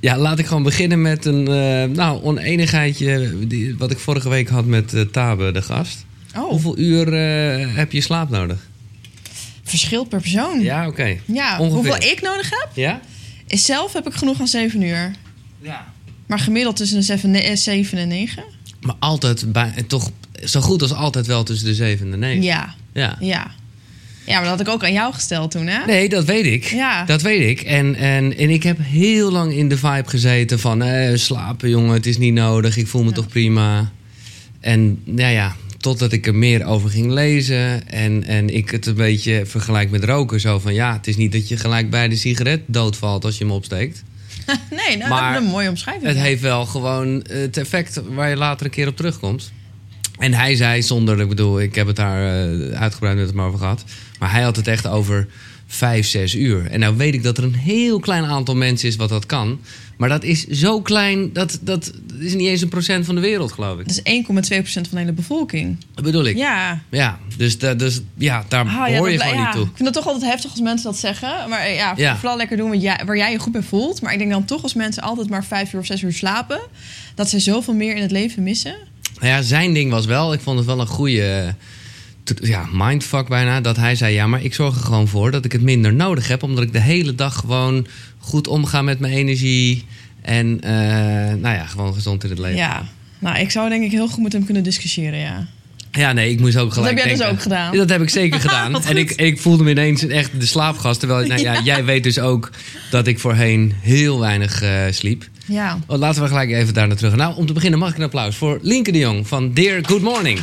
Ja, laat ik gewoon beginnen met een oneenigheidje wat ik vorige week had met Tabe, de gast. Oh. Hoeveel uur heb je slaap nodig? Verschilt per persoon. Ja, oké. Ja, ongeveer. hoeveel ik nodig heb? Ja? Is zelf heb ik genoeg aan 7 uur. Ja. Maar gemiddeld tussen de 7 en 9. Maar altijd, toch zo goed als altijd wel tussen de 7 en de 9. Ja. Ja. Ja, maar dat had ik ook aan jou gesteld toen, hè? Nee, dat weet ik. Ja. Dat weet ik. En ik heb heel lang in de vibe gezeten van... slapen, jongen, het is niet nodig. Ik voel me toch prima. En totdat ik er meer over ging lezen... en ik het een beetje vergelijk met roken. Zo van, het is niet dat je gelijk bij de sigaret doodvalt als je hem opsteekt. Nee, nou, maar dat is een mooie omschrijving. Het heeft wel gewoon het effect waar je later een keer op terugkomt. En hij zei ik heb het daar uitgebreid met hem over gehad... maar hij had het echt over 5-6 uur. En nou weet ik dat er een heel klein aantal mensen is wat dat kan... maar dat is zo klein, dat is niet eens 1% van de wereld, geloof ik. Dat is 1,2% van de hele bevolking. Dat bedoel ik. Ja. Ja, dus daar hoor je gewoon niet toe. Ik vind het toch altijd heftig als mensen dat zeggen. Maar vooral lekker doen waar jij je goed bij voelt. Maar ik denk dan toch als mensen altijd maar 5 uur of 6 uur slapen... dat ze zoveel meer in het leven missen. Nou ja, zijn ding was wel, ik vond het wel een goede mindfuck bijna... dat hij zei, maar ik zorg er gewoon voor dat ik het minder nodig heb... omdat ik de hele dag gewoon goed omga met mijn energie... en gewoon gezond in het leven. Ja, nou, ik zou denk ik heel goed met hem kunnen discussiëren, ja. Ja, nee, ik moest ook gelijk Dat heb jij denken. Dus ook gedaan? Dat heb ik zeker gedaan. En ik voelde me ineens echt de slaapgast. Terwijl, jij weet dus ook dat ik voorheen heel weinig sliep. Ja. Laten we gelijk even daar naar terug. Nou, om te beginnen mag ik een applaus voor Lienke de Jong van Dear Good Morning.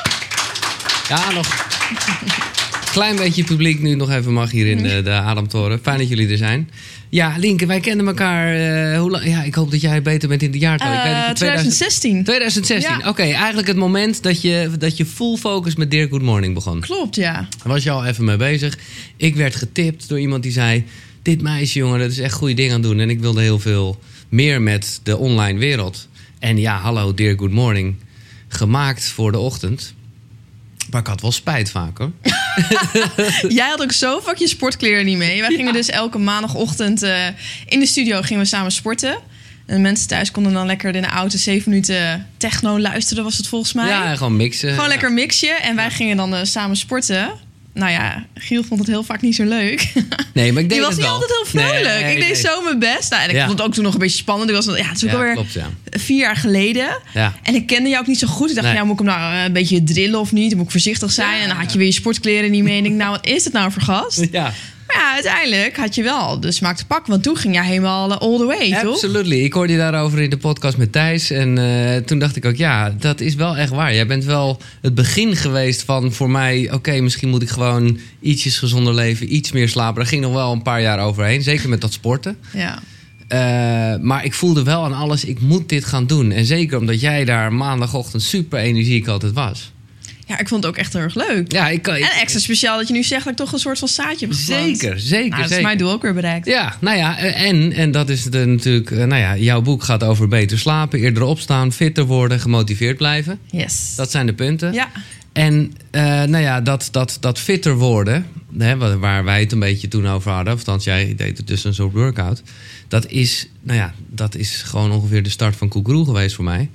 Ja, nog een klein beetje publiek nu nog even mag hier in de Ademtoren. Fijn dat jullie er zijn. Ja, Lienke, wij kennen elkaar hoe lang? Ja, ik hoop dat jij beter bent in de jaartal. 2016. 2016, ja. Oké, eigenlijk het moment dat je full focus met Dear Good Morning begon. Klopt, ja. Daar was je al even mee bezig. Ik werd getipt door iemand die zei... dit meisje, jongen, dat is echt goede dingen aan het doen. En ik wilde heel veel meer met de online wereld. En ja, hallo, Dear Good Morning. Gemaakt voor de ochtend. Maar ik had wel spijt vaak, hoor. Jij had ook zo vaak je sportkleren niet mee. Wij gingen dus elke maandagochtend in de studio gingen we samen sporten. En mensen thuis konden dan lekker in de auto 7 minuten techno luisteren, was het volgens mij. Ja, gewoon mixen. Gewoon lekker mixen. En wij gingen dan samen sporten. Nou ja, Giel vond het heel vaak niet zo leuk. Nee, maar ik deed Die was het niet wel. altijd heel vrolijk. Nee. Ik deed zo mijn best. Nou, en ik vond het ook toen nog een beetje spannend. Het is ook alweer klopt, 4 jaar geleden. Ja. En ik kende jou ook niet zo goed. Ik dacht, moet ik hem nou een beetje drillen of niet? Moet ik voorzichtig zijn? Ja. En dan had je weer je sportkleren niet mee. En ik denk, wat is het nou voor gast? Ja. Maar ja, uiteindelijk had je wel de smaak te pakken. Want toen ging jij helemaal all the way, toch? Absolutely. Ik hoorde je daarover in de podcast met Thijs. En toen dacht ik ook, dat is wel echt waar. Jij bent wel het begin geweest van voor mij... oké, misschien moet ik gewoon ietsjes gezonder leven, iets meer slapen. Daar ging nog wel een paar jaar overheen. Zeker met dat sporten. Ja. Maar ik voelde wel aan alles, ik moet dit gaan doen. En zeker omdat jij daar maandagochtend super energiek altijd was. Ja, ik vond het ook echt heel erg leuk. Ja, en extra speciaal dat je nu zegt dat ik toch een soort van zaadje heb geplant. Zeker. Dat is mijn doel ook weer bereikt. Ja, en dat is natuurlijk... jouw boek gaat over beter slapen, eerder opstaan, fitter worden, gemotiveerd blijven. Yes. Dat zijn de punten. Ja. En dat fitter worden, waar wij het een beetje toen over hadden... of althans, jij deed het dus een soort workout... dat is gewoon ongeveer de start van Koekeroe geweest voor mij.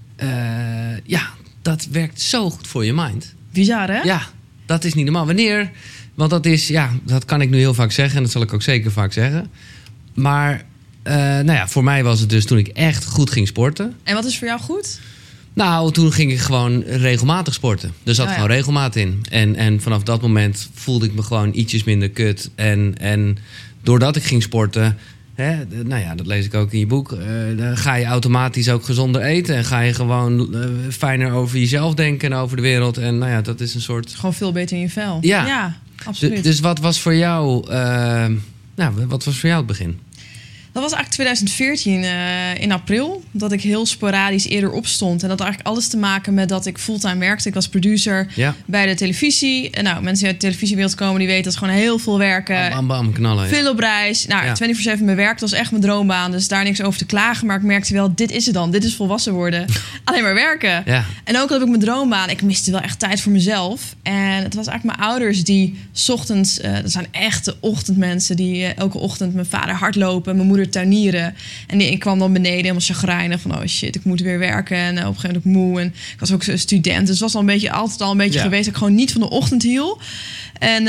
Dat werkt zo goed voor je mind. Bizar, hè? Ja, dat is niet normaal. Wanneer? Want dat is, dat kan ik nu heel vaak zeggen... en dat zal ik ook zeker vaak zeggen. Maar voor mij was het dus toen ik echt goed ging sporten. En wat is voor jou goed? Nou, toen ging ik gewoon regelmatig sporten. Er zat gewoon regelmaat in. En vanaf dat moment voelde ik me gewoon ietsjes minder kut. En doordat ik ging sporten... dat lees ik ook in je boek. Dan ga je automatisch ook gezonder eten. En ga je gewoon fijner over jezelf denken en over de wereld. En dat is een soort... Gewoon veel beter in je vel. Ja, absoluut. Dus wat was voor jou... wat was voor jou het begin? Dat was eigenlijk 2014 in april. Dat ik heel sporadisch eerder opstond. En dat had eigenlijk alles te maken met dat ik fulltime werkte. Ik was producer bij de televisie. En mensen die uit de televisiewereld komen, die weten dat gewoon heel veel werken. Bam, bam, knallen. Veel op reis. 24/7 mijn werk, dat was echt mijn droombaan. Dus daar niks over te klagen. Maar ik merkte wel, dit is het dan. Dit is volwassen worden. Alleen maar werken. Ja. En ook al heb ik mijn droombaan. Ik miste wel echt tijd voor mezelf. En het was eigenlijk mijn ouders die 's ochtends... dat zijn echte ochtendmensen die elke ochtend mijn vader hardlopen. Mijn moeder moeder tuinieren. En ik kwam dan beneden helemaal chagrijnig van... oh shit, ik moet weer werken en op een gegeven moment moe. En ik was ook student, dus het was altijd al een beetje geweest... dat ik gewoon niet van de ochtend hield. En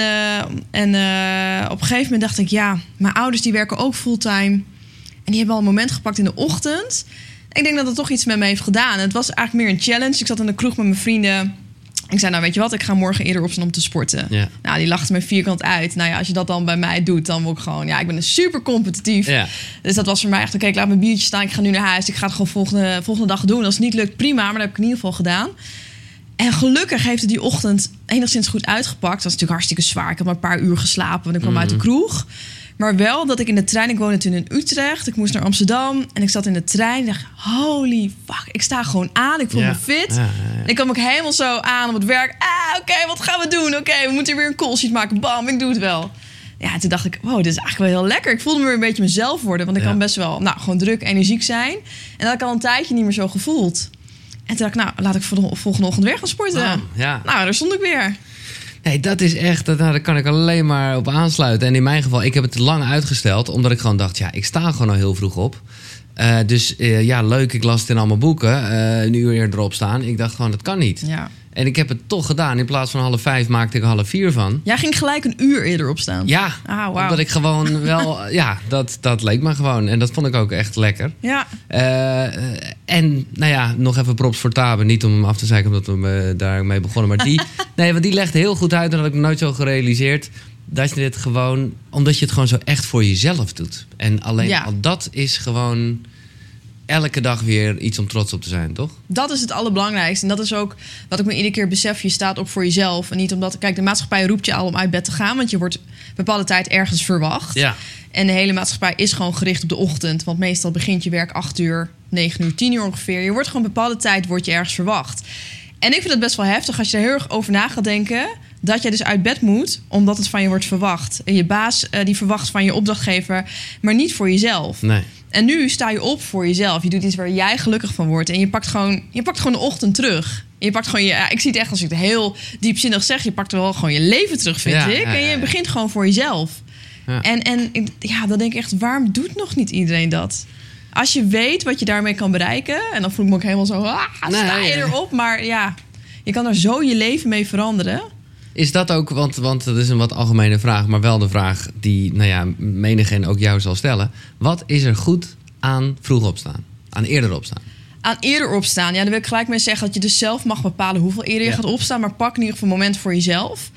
op een gegeven moment dacht ik... ja, mijn ouders die werken ook fulltime. En die hebben al een moment gepakt in de ochtend. Ik denk dat het toch iets met me heeft gedaan. Het was eigenlijk meer een challenge. Ik zat in de kroeg met mijn vrienden... Ik zei, nou weet je wat, ik ga morgen eerder opstaan om te sporten. Ja. Nou, die lachte me vierkant uit. Nou ja, als je dat dan bij mij doet, dan word ik gewoon... Ja, ik ben super competitief. Ja. Dus dat was voor mij echt, oké, ik laat mijn biertje staan. Ik ga nu naar huis. Ik ga het gewoon volgende dag doen. Als het niet lukt, prima. Maar dat heb ik in ieder geval gedaan. En gelukkig heeft het die ochtend enigszins goed uitgepakt. Dat was natuurlijk hartstikke zwaar. Ik heb maar een paar uur geslapen, want ik kwam uit de kroeg. Maar wel dat ik in de trein... Ik woonde toen in Utrecht. Ik moest naar Amsterdam. En ik zat in de trein en dacht... holy fuck, ik sta gewoon aan. Ik voel me fit. Ja. Ik kwam ook helemaal zo aan op het werk. Oké, wat gaan we doen? Oké, we moeten weer een call sheet maken. Bam, ik doe het wel. Ja, toen dacht ik... wow, dit is eigenlijk wel heel lekker. Ik voelde me weer een beetje mezelf worden. Want ik kan best wel gewoon druk, energiek zijn. En dat had ik al een tijdje niet meer zo gevoeld. En toen dacht ik, nou, laat ik volgende ochtend weer gaan sporten. Nou, daar stond ik weer. Nee, dat is echt... daar kan ik alleen maar op aansluiten. En in mijn geval, ik heb het lang uitgesteld... omdat ik gewoon dacht, ja, ik sta gewoon al heel vroeg op. Dus leuk, ik las het in allemaal boeken. Een uur eerder opstaan. Ik dacht gewoon, dat kan niet. Ja. En ik heb het toch gedaan. In plaats van 3:30 maakte ik 3:30 van. Jij ging gelijk een uur eerder opstaan? Ja, omdat ik gewoon wel... ja, dat leek me gewoon. En dat vond ik ook echt lekker. Ja. En nou ja, nog even props voor Tabe. Niet om hem af te zeiken omdat we daarmee begonnen. Maar want die legde heel goed uit. En dat heb ik nooit zo gerealiseerd. Dat je dit gewoon... Omdat je het gewoon zo echt voor jezelf doet. En alleen al dat is gewoon... elke dag weer iets om trots op te zijn, toch? Dat is het allerbelangrijkste. En dat is ook wat ik me iedere keer besef. Je staat op voor jezelf. En niet omdat... Kijk, de maatschappij roept je al om uit bed te gaan. Want je wordt een bepaalde tijd ergens verwacht. Ja. En de hele maatschappij is gewoon gericht op de ochtend. Want meestal begint je werk 8 uur, 9 uur, 10 uur ongeveer. Je wordt gewoon een bepaalde tijd ergens verwacht. En ik vind het best wel heftig als je er heel erg over na gaat denken... dat jij dus uit bed moet, omdat het van je wordt verwacht. En je baas die verwacht van je opdrachtgever, maar niet voor jezelf. Nee. En nu sta je op voor jezelf. Je doet iets waar jij gelukkig van wordt. En je pakt gewoon de ochtend terug. Je pakt gewoon ik zie het echt als ik het heel diepzinnig zeg... je pakt wel gewoon je leven terug, vind ik. En je begint gewoon voor jezelf. Ja. En dan denk ik echt, waarom doet nog niet iedereen dat? Als je weet wat je daarmee kan bereiken... en dan voel ik me ook helemaal zo... sta je erop? Maar ja, je kan er zo je leven mee veranderen... Is dat ook, want dat is een wat algemene vraag... maar wel de vraag die, menigeen ook jou zal stellen. Wat is er goed aan vroeg opstaan? Aan eerder opstaan? Aan eerder opstaan, dan wil ik gelijk mee zeggen... dat je dus zelf mag bepalen hoeveel eerder je gaat opstaan... maar pak in ieder geval een moment voor jezelf...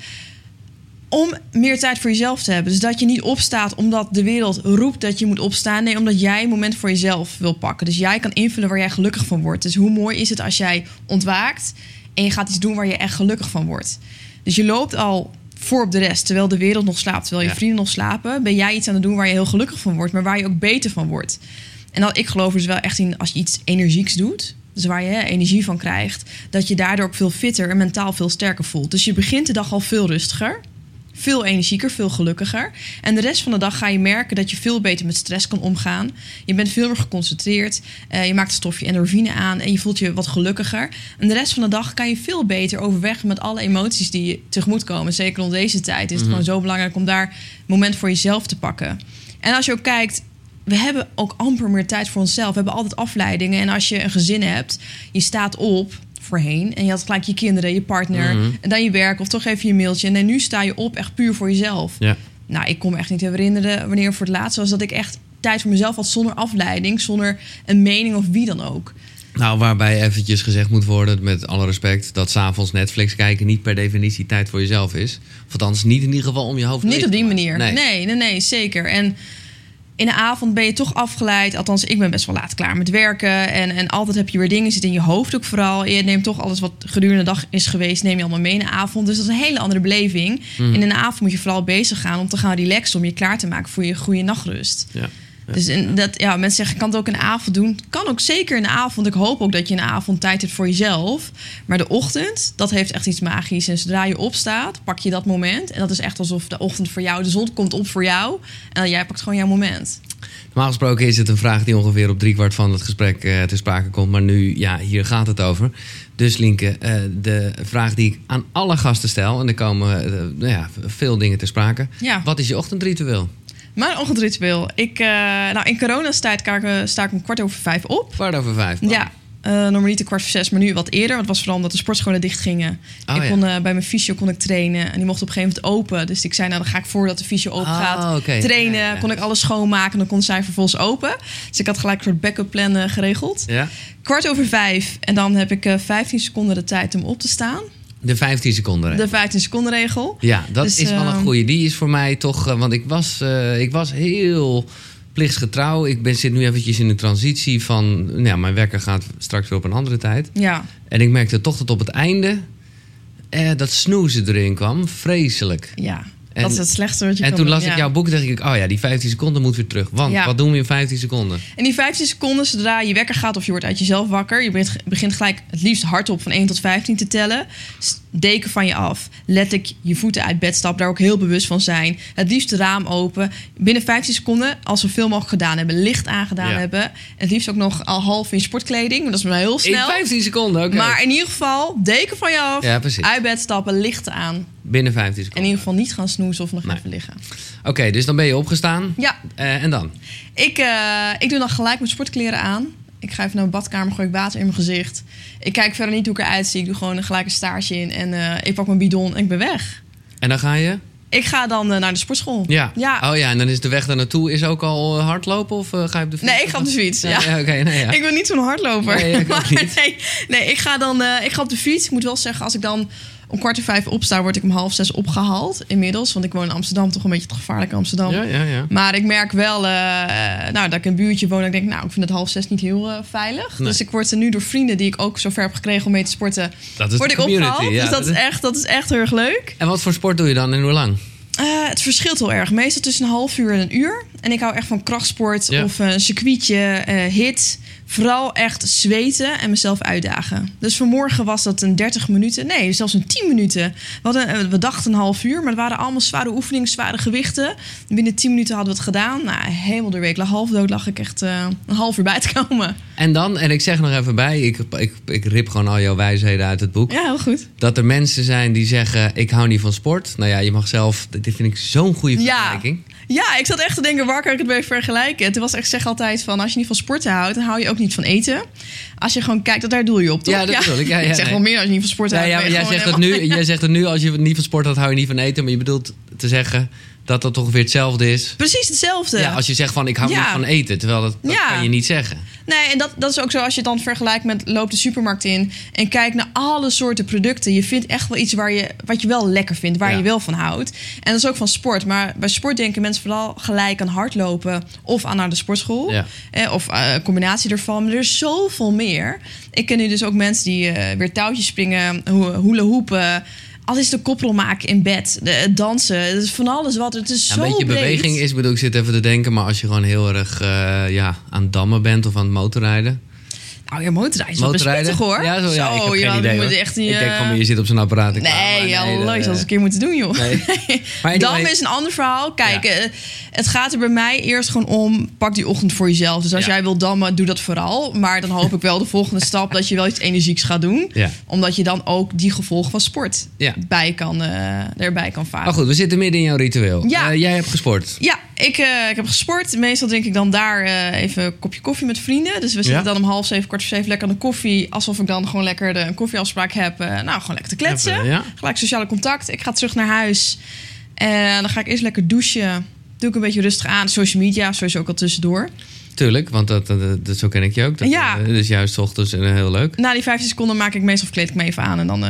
om meer tijd voor jezelf te hebben. Dus dat je niet opstaat omdat de wereld roept dat je moet opstaan. Nee, omdat jij een moment voor jezelf wil pakken. Dus jij kan invullen waar jij gelukkig van wordt. Dus hoe mooi is het als jij ontwaakt... en je gaat iets doen waar je echt gelukkig van wordt... Dus je loopt al voor op de rest, terwijl de wereld nog slaapt... terwijl je vrienden nog slapen... ben jij iets aan het doen waar je heel gelukkig van wordt... maar waar je ook beter van wordt. En ik geloof er dus wel echt in als je iets energieks doet... dus waar je energie van krijgt... dat je daardoor ook veel fitter en mentaal veel sterker voelt. Dus je begint de dag al veel rustiger... veel energieker, veel gelukkiger. En de rest van de dag ga je merken dat je veel beter met stress kan omgaan. Je bent veel meer geconcentreerd. Je maakt het stofje endorfine aan en je voelt je wat gelukkiger. En de rest van de dag kan je veel beter overwegen met alle emoties die je tegemoet komen. Zeker rond deze tijd is het gewoon zo belangrijk om daar een moment voor jezelf te pakken. En als je ook kijkt, we hebben ook amper meer tijd voor onszelf. We hebben altijd afleidingen. En als je een gezin hebt, je staat op... voorheen. En je had gelijk je kinderen, je partner... en dan je werk of toch even je mailtje. En nu sta je op echt puur voor jezelf. Ja. Nou, ik kon me echt niet herinneren wanneer voor het laatst was... dat ik echt tijd voor mezelf had zonder afleiding... zonder een mening of wie dan ook. Nou, waarbij eventjes gezegd moet worden, met alle respect... dat 's avonds Netflix kijken niet per definitie tijd voor jezelf is. Of althans, niet in ieder geval om je hoofd... Niet op die manier. Nee, zeker. En... in de avond ben je toch afgeleid. Althans, ik ben best wel laat klaar met werken. En altijd heb je weer dingen zitten in je hoofd ook vooral. Je neemt toch alles wat gedurende de dag is geweest... neem je allemaal mee in de avond. Dus dat is een hele andere beleving. En in de avond moet je vooral bezig gaan... om te gaan relaxen, om je klaar te maken voor je goede nachtrust. Ja. Dus mensen zeggen, kan het ook in de avond doen? Kan ook zeker in de avond. Ik hoop ook dat je in de avond tijd hebt voor jezelf. Maar de ochtend, dat heeft echt iets magisch. En zodra je opstaat, pak je dat moment. En dat is echt alsof de ochtend voor jou... de zon komt op voor jou. En dan jij pakt gewoon jouw moment. Normaal gesproken is het een vraag die ongeveer op 3/4 van het gesprek ter sprake komt. Maar nu, hier gaat het over. Dus Lienke, de vraag die ik aan alle gasten stel... en er komen veel dingen ter sprake. Ja. Wat is je ochtendritueel? Mijn ochtendritueel. In coronatijd sta ik om 4:15 op. 4:15? Man. Ja. Normaliter 5:45, maar nu wat eerder. Want het was vooral omdat de sportscholen dicht gingen. Kon, bij mijn fysio kon ik trainen. En die mocht op een gegeven moment open. Dus ik zei, dan ga ik voordat de fysio open gaat trainen. Ja. Kon ik alles schoonmaken. Dan kon zij vervolgens open. Dus ik had gelijk een soort backup plan geregeld. Ja. 4:15. En dan heb ik 15 seconden de tijd om op te staan. De 15 seconden regel. De 15 seconden regel. Ja, dat is wel een goeie. Die is voor mij toch... want ik was heel... plichtsgetrouw. Ik zit nu eventjes in de transitie van... mijn wekker gaat straks weer op een andere tijd. Ja. En ik merkte toch dat op het einde... dat snoezen erin kwam. Vreselijk. Ja, dat is het slechtste wat je kan doen. En toen las ik jouw boek en dacht ik... die 15 seconden moet weer terug. Want wat doen we in 15 seconden? En die 15 seconden, zodra je wekker gaat... of je wordt uit jezelf wakker... je begint gelijk het liefst hardop van 1 tot 15 te tellen... deken van je af. Letterlijk je voeten uit bed stappen. Daar ook heel bewust van zijn. Het liefst het raam open. Binnen 15 seconden, als we veel mogelijk gedaan hebben... licht aangedaan hebben. Het liefst ook nog al half in sportkleding. Maar dat is maar heel snel. In 15 seconden, oké. Maar in ieder geval, deken van je af. Ja, uit bed stappen, licht aan. Binnen 15 seconden. En in ieder geval niet gaan snoezen of nog even liggen. Oké, dus dan ben je opgestaan. Ja. En dan? Ik doe dan gelijk mijn sportkleren aan. Ik ga even naar mijn badkamer, gooi ik water in mijn gezicht. Ik kijk verder niet hoe ik eruit zie. Ik doe gewoon gelijk een staartje in. En ik pak mijn bidon en ik ben weg. En dan ga je? Ik ga dan naar de sportschool. Ja. Oh ja, en dan is de weg daar naartoe is ook al hardlopen of ga je op de fiets? Nee, ik ga op de fiets. Ja. Ik ben niet zo'n hardloper. Nee, ik ga op de fiets. Ik moet wel zeggen, als ik dan om 4:45 opsta, word ik om 5:30 opgehaald inmiddels. Want ik woon in Amsterdam, toch een beetje het gevaarlijke Amsterdam. Ja. Maar ik merk wel dat ik een buurtje woon. En ik denk, ik vind het 5:30 niet heel veilig. Nee. Dus ik word er nu door vrienden die ik ook zo ver heb gekregen om mee te sporten, word ik opgehaald. Ja, dus dat is echt heel erg leuk. En wat voor sport doe je dan en hoe lang? Het verschilt heel erg. Meestal tussen een half uur en een uur. En ik hou echt van krachtsport of een circuitje, hit. Vooral echt zweten en mezelf uitdagen. Dus vanmorgen was dat een 30 minuten. Nee, zelfs een 10 minuten. We dachten een half uur, maar het waren allemaal zware oefeningen, zware gewichten. Binnen 10 minuten hadden we het gedaan. Helemaal door week. Half dood lag ik echt een half uur bij te komen. En dan, en ik zeg nog even bij, ik rip gewoon al jouw wijsheden uit het boek. Ja, heel goed. Dat er mensen zijn die zeggen, ik hou niet van sport. Nou ja, je mag zelf, dit vind ik zo'n goede vergelijking. Ja, ik zat echt te denken, waar kan ik het mee vergelijken? Het was echt, zeg altijd van, als je niet van sporten houdt, dan hou je ook niet van eten. Als je gewoon kijkt, daar doe je op, toch? Ja, dat bedoel ik. Ja, ik zeg wel meer als je niet van sporten houdt. Ja, jij zegt het nu, als je niet van sport houdt, hou je niet van eten. Maar je bedoelt te zeggen dat dat ongeveer hetzelfde is. Precies hetzelfde. Ja, als je zegt van, ik hou niet van eten. Terwijl dat kan je niet zeggen. Nee, en dat is ook zo als je het dan vergelijkt met loop de supermarkt in en kijkt naar alle soorten producten. Je vindt echt wel iets wat je wel lekker vindt, waar je wel van houdt. En dat is ook van sport. Maar bij sport denken mensen vooral gelijk aan hardlopen of aan naar de sportschool. Ja. Of een combinatie ervan. Maar er is zoveel meer. Ik ken nu dus ook mensen die weer touwtjes springen, hula hoepen. Al is de koppel maken in bed, dansen, het is van alles wat. Het is zo breed. Een beetje beweging is, ik zit even te denken, maar als je gewoon heel erg aan het dammen bent of aan het motorrijden. Nou ja, motorrijden is wel best pittig, hoor. Ja, ik heb geen idee, moet echt niet, ik denk van, je zit op zo'n apparaat. Leuk, dat een keer moeten doen, joh. Nee. Dammen is een ander verhaal. Kijk, het gaat er bij mij eerst gewoon om, pak die ochtend voor jezelf. Dus als jij wil dammen, doe dat vooral. Maar dan hoop ik wel de volgende stap dat je wel iets energieks gaat doen. Ja. Omdat je dan ook die gevolgen van sport erbij kan varen. Maar goed, we zitten midden in jouw ritueel. Ja. Jij hebt gesport. Ja, ik heb gesport. Meestal drink ik dan daar even een kopje koffie met vrienden. Dus we zitten dan om 6:30, 6:45 lekker aan de koffie. Alsof ik dan gewoon lekker een koffieafspraak heb. Gewoon lekker te kletsen. Gelijk sociale contact. Ik ga terug naar huis. En dan ga ik eerst lekker douchen. Doe ik een beetje rustig aan. Social media, sowieso ook al tussendoor. Tuurlijk, want dat zo ken ik je ook. Dat is juist 's ochtends heel leuk. Na die 15 seconden maak ik meestal kleed ik me even aan. En dan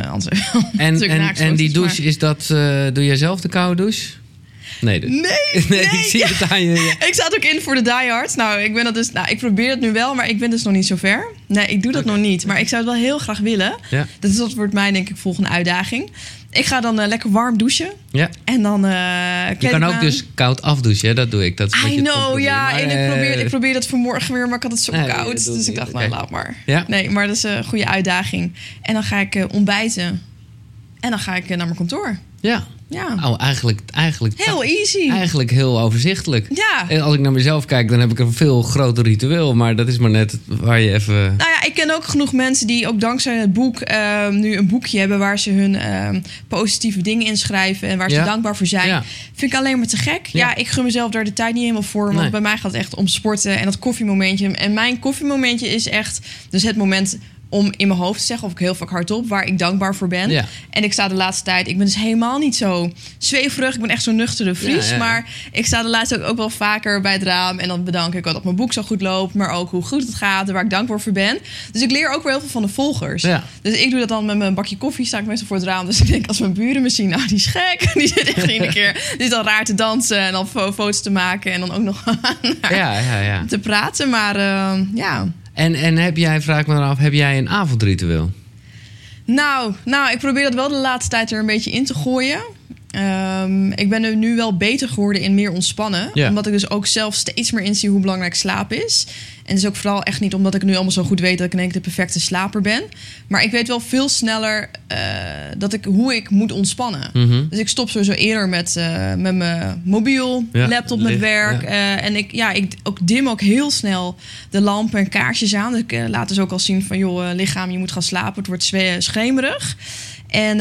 en die douche, is dat, doe jij zelf de koude douche? Nee, dus. Nee, ik zie het aan je. Ja. Ik zat ook in voor de diehards. Ik probeer het nu wel, maar ik ben dus nog niet zo ver. Nee, ik doe dat nog niet. Maar ik zou het wel heel graag willen. Ja. Dat wordt mij denk ik volgende uitdaging. Ik ga dan lekker warm douchen. Ja. En dan je kan ook dus koud afdouchen, hè? Dat doe ik. Dat is I know, ja. Maar, en ik probeer dat vanmorgen weer, maar ik had het zo koud. Dus ik dacht, laat maar. Ja? Nee, maar dat is een goede uitdaging. En dan ga ik ontbijten. En dan ga ik naar mijn kantoor. Ja. Oh, eigenlijk heel easy. Eigenlijk heel overzichtelijk. Ja. En als ik naar mezelf kijk, dan heb ik een veel groter ritueel. Maar dat is maar net waar je even... Nou ja, ik ken ook genoeg mensen die ook dankzij het boek nu een boekje hebben waar ze hun positieve dingen inschrijven en waar ze dankbaar voor zijn. Ja. Vind ik alleen maar te gek. Ja, ik gun mezelf daar de tijd niet helemaal voor. Want bij mij gaat het echt om sporten en dat koffiemomentje. En mijn koffiemomentje is echt dus het moment om in mijn hoofd te zeggen, of ik heel vaak hardop, waar ik dankbaar voor ben. Ja. En ik sta de laatste tijd, ik ben dus helemaal niet zo zweverig. Ik ben echt zo'n nuchtere Fries. Ja. Maar ik sta de laatste tijd ook wel vaker bij het raam. En dan bedank ik dat mijn boek zo goed loopt. Maar ook hoe goed het gaat en waar ik dankbaar voor ben. Dus ik leer ook weer heel veel van de volgers. Ja. Dus ik doe dat dan met mijn bakje koffie. Sta ik meestal voor het raam. Dus ik denk, als mijn buren me zien, nou, die is gek. Die zit echt iedere keer. Die is dan raar te dansen en dan foto's te maken. En dan ook nog te praten. Maar ja... En heb jij, vraag ik me af, heb jij een avondritueel? Nou, ik probeer dat wel de laatste tijd er een beetje in te gooien. Ik ben er nu wel beter geworden in meer ontspannen. Ja. Omdat ik dus ook zelf steeds meer inzie hoe belangrijk slaap is. En dus ook vooral echt niet omdat ik nu allemaal zo goed weet dat ik in één keer de perfecte slaper ben. Maar ik weet wel veel sneller hoe ik moet ontspannen. Mm-hmm. Dus ik stop sowieso eerder met mijn mobiel, laptop met werk. Ja. En ik dim ook heel snel de lampen en kaarsjes aan. Dus ik laat dus ook al zien van, joh, lichaam, je moet gaan slapen. Het wordt schemerig. En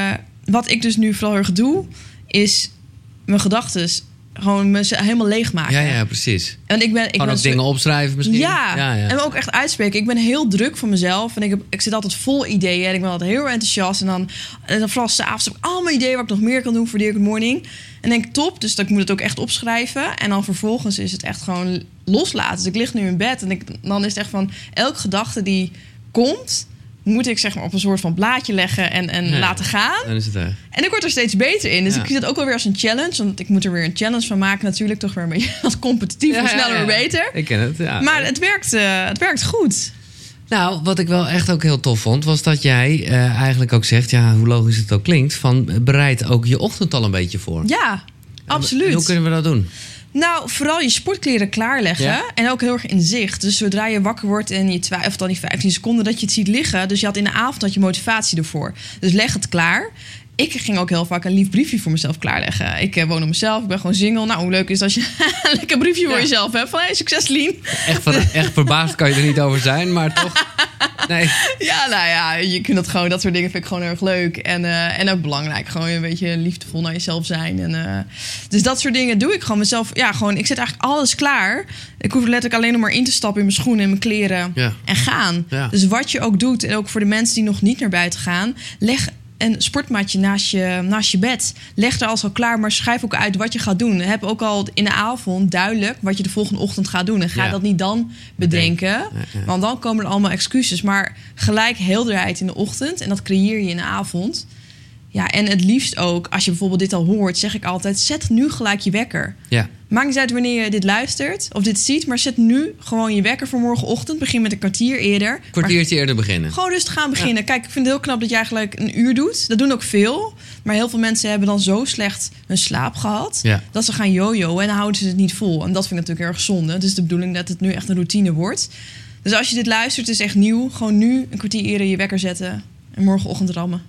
wat ik dus nu vooral erg doe, is mijn gedachten gewoon helemaal leegmaken. Ja, precies. En ik ben ook dingen opschrijven misschien. Ja, en ook echt uitspreken. Ik ben heel druk van mezelf. En ik zit altijd vol ideeën. En ik ben altijd heel enthousiast. En dan vooral 's avonds heb ik allemaal ideeën wat ik nog meer kan doen voor Dear Good Morning. En denk ik, top. Dus ik moet het ook echt opschrijven. En dan vervolgens is het echt gewoon loslaten. Dus ik lig nu in bed. En dan is het echt van, elke gedachte die komt, moet ik zeg maar op een soort van blaadje leggen en laten gaan. Dan is het echt. En ik word er steeds beter in. Dus ik zie dat ook wel weer als een challenge. Want ik moet er weer een challenge van maken natuurlijk. Toch weer een beetje als competitief en sneller weer beter. Ik ken het, ja. Maar het werkt goed. Nou, wat ik wel echt ook heel tof vond, was dat jij eigenlijk ook zegt, hoe logisch het ook klinkt, van bereid ook je ochtend al een beetje voor. Ja, absoluut. En hoe kunnen we dat doen? Nou, vooral je sportkleren klaarleggen. Ja. En ook heel erg in zicht. Dus zodra je wakker wordt en je twijfelt dan die 15 seconden dat je het ziet liggen. Dus je had in de avond je motivatie ervoor. Dus leg het klaar. Ik ging ook heel vaak een lief briefje voor mezelf klaarleggen. Ik woon op mezelf, ik ben gewoon single. Nou, hoe leuk is dat je een lekker briefje voor jezelf hebt. Van, hey, succes, Lien. Echt verbaasd kan je er niet over zijn, maar toch... Nee. Ja, nou ja, je kunt dat gewoon, dat soort dingen vind ik gewoon erg leuk. En ook belangrijk, gewoon een beetje liefdevol naar jezelf zijn. Dus dat soort dingen doe ik gewoon mezelf. Ja, gewoon, ik zet eigenlijk alles klaar. Ik hoef letterlijk alleen nog maar in te stappen in mijn schoenen en mijn kleren en gaan. Ja. Dus wat je ook doet, en ook voor de mensen die nog niet naar buiten gaan, leg een sportmatje naast je bed. Leg er alles al klaar, maar schrijf ook uit wat je gaat doen. Heb ook al in de avond duidelijk wat je de volgende ochtend gaat doen. En ga dat niet dan bedenken. Ja. Want dan komen er allemaal excuses. Maar gelijk helderheid in de ochtend. En dat creëer je in de avond. Ja, en het liefst ook, als je bijvoorbeeld dit al hoort, zeg ik altijd, zet nu gelijk je wekker. Ja. Maakt niet uit wanneer je dit luistert of dit ziet, maar zet nu gewoon je wekker voor morgenochtend. Begin met een kwartier eerder. Kwartiertje eerder beginnen. Gewoon rustig gaan beginnen. Ja. Kijk, ik vind het heel knap dat je eigenlijk een uur doet. Dat doen ook veel. Maar heel veel mensen hebben dan zo slecht hun slaap gehad, dat ze gaan jojoen en dan houden ze het niet vol. En dat vind ik natuurlijk erg zonde. Het is de bedoeling dat het nu echt een routine wordt. Dus als je dit luistert, is echt nieuw. Gewoon nu een kwartier eerder je wekker zetten en morgenochtend rammen.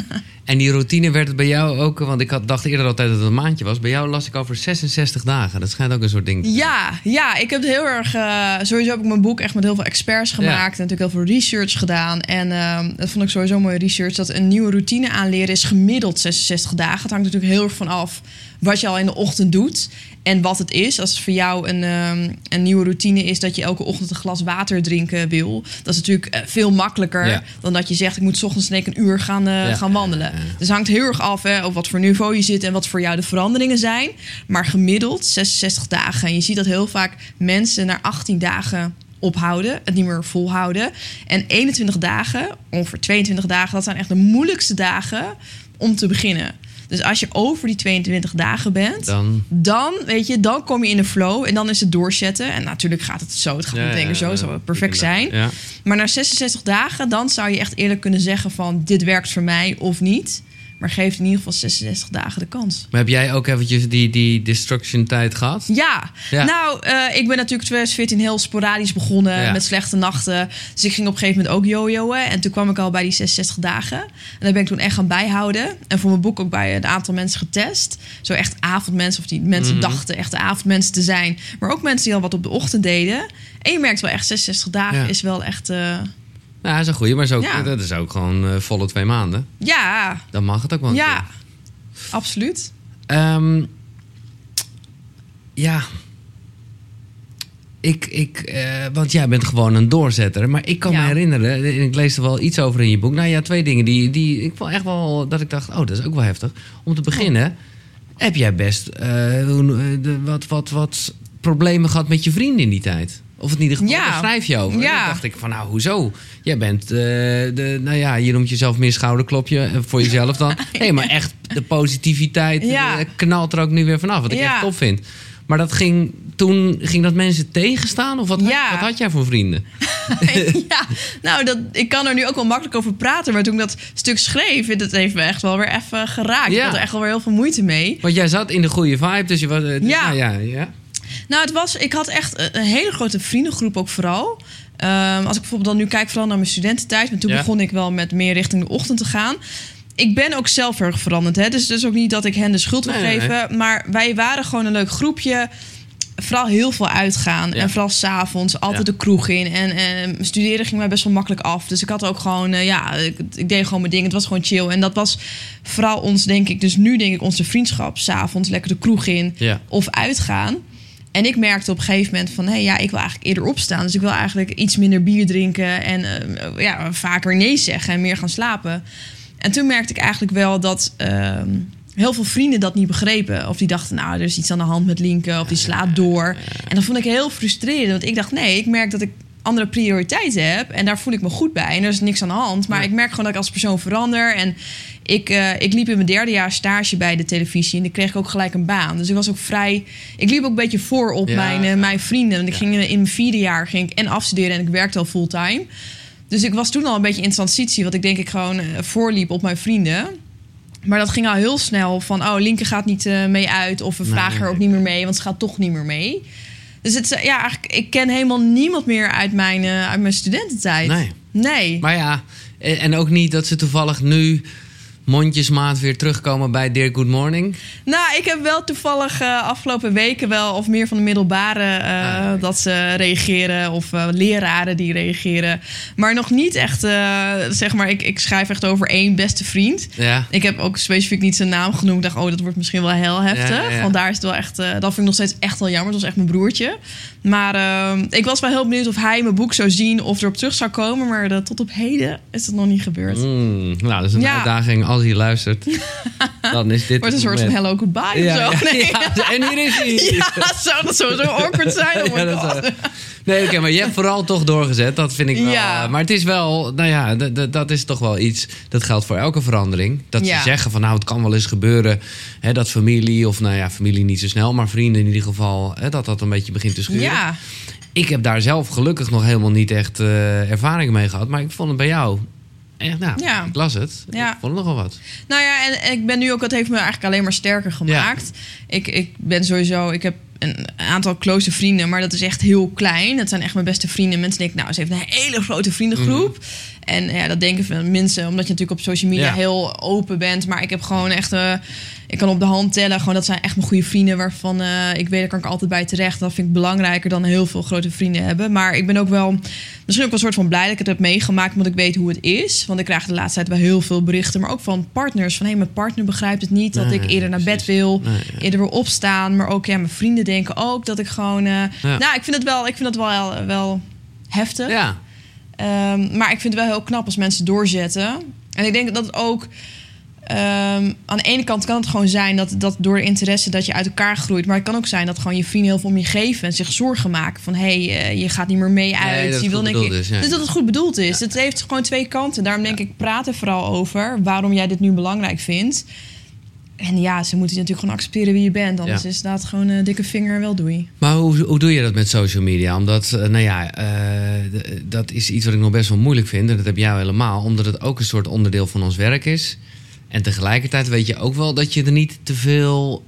En die routine werd het bij jou ook, want ik dacht eerder altijd dat het een maandje was. Bij jou las ik over 66 dagen. Dat schijnt ook een soort ding te zijn. Ja, ik heb het heel erg... sowieso heb ik mijn boek echt met heel veel experts gemaakt. En natuurlijk heel veel research gedaan. En dat vond ik sowieso mooie research. Dat een nieuwe routine aanleren is gemiddeld 66 dagen. Het hangt natuurlijk heel erg van af wat je al in de ochtend doet. En wat het is. Als het voor jou een nieuwe routine is dat je elke ochtend een glas water drinken wil. Dat is natuurlijk veel makkelijker dan dat je zegt, ik moet 's ochtends een uur gaan wandelen. Dus het hangt heel erg af op wat voor niveau je zit en wat voor jou de veranderingen zijn. Maar gemiddeld 66 dagen. En je ziet dat heel vaak mensen na 18 dagen ophouden, het niet meer volhouden. En 21 dagen, ongeveer 22 dagen, dat zijn echt de moeilijkste dagen om te beginnen. Dus als je over die 22 dagen bent, dan kom je in de flow en dan is het doorzetten. En natuurlijk gaat het zo, het gaat meteen zo, het zou perfect zijn. Ja. Maar na 66 dagen, dan zou je echt eerlijk kunnen zeggen van, dit werkt voor mij of niet. Maar geef in ieder geval 66 dagen de kans. Maar heb jij ook eventjes die destruction tijd gehad? Ja. Nou, ik ben natuurlijk 2014 heel sporadisch begonnen met slechte nachten. Dus ik ging op een gegeven moment ook jojoen. En toen kwam ik al bij die 66 dagen. En daar ben ik toen echt gaan bijhouden. En voor mijn boek ook bij een aantal mensen getest. Zo echt avondmensen, of die mensen dachten echt de avondmensen te zijn. Maar ook mensen die al wat op de ochtend deden. En je merkt wel echt 66 dagen is wel echt... Ja, dat is een goeie, maar dat is ook gewoon volle 2 maanden. Ja. Dan mag het ook wel. Ja, absoluut. Ja. Want jij bent gewoon een doorzetter. Maar ik kan me herinneren, en ik lees er wel iets over in je boek. Nou ja, 2 dingen die ik vond echt wel dat ik dacht, dat is ook wel heftig. Om te beginnen, heb jij best wat problemen gehad met je vrienden in die tijd? Of in ieder geval, daar schrijf je over. Ja. Dan dacht ik van, hoezo? Jij bent, je noemt jezelf meer schouderklopje voor jezelf dan. Nee, maar echt de positiviteit knalt er ook nu weer vanaf. Wat ik echt top vind. Maar toen ging dat mensen tegenstaan? Of wat had jij voor vrienden? Ik kan er nu ook wel makkelijk over praten. Maar toen ik dat stuk schreef, dat heeft me echt wel weer even geraakt. Ik had er echt wel weer heel veel moeite mee. Want jij zat in de goede vibe, dus je was... Nou, ik had echt een hele grote vriendengroep ook vooral. Als ik bijvoorbeeld dan nu kijk vooral naar mijn studententijd. Maar toen begon ik wel met meer richting de ochtend te gaan. Ik ben ook zelf erg veranderd. Hè? Dus het is ook niet dat ik hen de schuld wil geven. Nee. Maar wij waren gewoon een leuk groepje. Vooral heel veel uitgaan. En vooral 's avonds altijd de kroeg in. En studeren ging mij best wel makkelijk af. Dus ik had ook gewoon... ik deed gewoon mijn ding. Het was gewoon chill. En dat was vooral ons, denk ik... Dus nu denk ik onze vriendschap. 's Avonds lekker de kroeg in. Ja. Of uitgaan. En ik merkte op een gegeven moment van... ik wil eigenlijk eerder opstaan. Dus ik wil eigenlijk iets minder bier drinken. En vaker nee zeggen. En meer gaan slapen. En toen merkte ik eigenlijk wel dat... heel veel vrienden dat niet begrepen. Of die dachten, er is iets aan de hand met Lienke. Of die slaat door. En dat vond ik heel frustrerend. Want ik dacht, ik merk dat ik andere prioriteiten heb. En daar voel ik me goed bij. En er is niks aan de hand. Maar ik merk gewoon dat ik als persoon verander. En ik liep in mijn 3e jaar stage bij de televisie. En ik kreeg ook gelijk een baan. Dus ik was ook vrij... Ik liep ook een beetje voor op mijn vrienden. Want ik ging in mijn 4e jaar en afstuderen. En ik werkte al fulltime. Dus ik was toen al een beetje in transitie. Wat ik denk ik gewoon voorliep op mijn vrienden. Maar dat ging al heel snel van... Lienke gaat niet mee uit. Of we vragen haar ook niet meer mee. Want ze gaat toch niet meer mee. Dus eigenlijk, ik ken helemaal niemand meer uit mijn studententijd. Nee. Maar ja, en ook niet dat ze toevallig nu... mondjesmaat weer terugkomen bij Dear Good Morning? Nou, ik heb wel toevallig afgelopen weken wel... of meer van de middelbare dat ze reageren... of leraren die reageren. Maar nog niet echt, zeg maar... Ik schrijf echt over 1 beste vriend. Ja. Ik heb ook specifiek niet zijn naam genoemd. Ik dacht, dat wordt misschien wel heel heftig. Ja. Want daar is het wel echt... dat vind ik nog steeds echt wel jammer. Het was echt mijn broertje. Maar ik was wel heel benieuwd of hij mijn boek zou zien... of erop terug zou komen. Maar tot op heden is het nog niet gebeurd. Nou, dat is een uitdaging... Als hij luistert, dan is dit... Wordt een soort van hello goodbye of zo. Nee. En hier is hij. Ja, zou dat sowieso awkward zijn. Nee, maar je hebt vooral toch doorgezet. Dat vind ik wel... Maar het is wel... dat is toch wel iets... Dat geldt voor elke verandering. Dat ze zeggen van... het kan wel eens gebeuren... dat familie... Of familie niet zo snel... Maar vrienden in ieder geval... dat een beetje begint te schuren. Ja. Ik heb daar zelf gelukkig nog helemaal niet echt ervaring mee gehad. Maar ik vond het bij jou... Echt, ik las het. Ik vond het nogal wat. Nou ja, en ik ben nu ook... Dat heeft me eigenlijk alleen maar sterker gemaakt. Ja. Ik ben sowieso... Ik heb een aantal close vrienden, maar dat is echt heel klein. Dat zijn echt mijn beste vrienden. Mensen denken, ze heeft een hele grote vriendengroep. En dat denken veel mensen, omdat je natuurlijk op social media heel open bent. Maar ik heb gewoon echt... ik kan op de hand tellen, gewoon dat zijn echt mijn goede vrienden... waarvan ik weet, daar kan ik altijd bij terecht. Dat vind ik belangrijker dan heel veel grote vrienden hebben. Maar ik ben ook wel... Misschien ook wel een soort van blij dat ik het heb meegemaakt... omdat ik weet hoe het is. Want ik krijg de laatste tijd wel heel veel berichten... maar ook van partners. Van, mijn partner begrijpt het niet... dat ik eerder naar bed wil, eerder wil opstaan. Maar ook, mijn vrienden denken ook dat ik gewoon... ik vind het wel heftig. Ja. Maar ik vind het wel heel knap als mensen doorzetten. En ik denk dat het ook... aan de ene kant kan het gewoon zijn dat door de interesse dat je uit elkaar groeit. Maar het kan ook zijn dat gewoon je vrienden heel veel om je geven en zich zorgen maken van je gaat niet meer mee uit. Dat je wil dus dat het goed bedoeld is. Het heeft gewoon 2 kanten. Daarom denk ik, praat er vooral over waarom jij dit nu belangrijk vindt. En ze moeten natuurlijk gewoon accepteren wie je bent. Anders is dat gewoon een dikke vinger, wel doei. Maar hoe doe je dat met social media? Omdat, dat is iets wat ik nog best wel moeilijk vind. En dat heb jij helemaal. Omdat het ook een soort onderdeel van ons werk is. En tegelijkertijd weet je ook wel dat je er niet te veel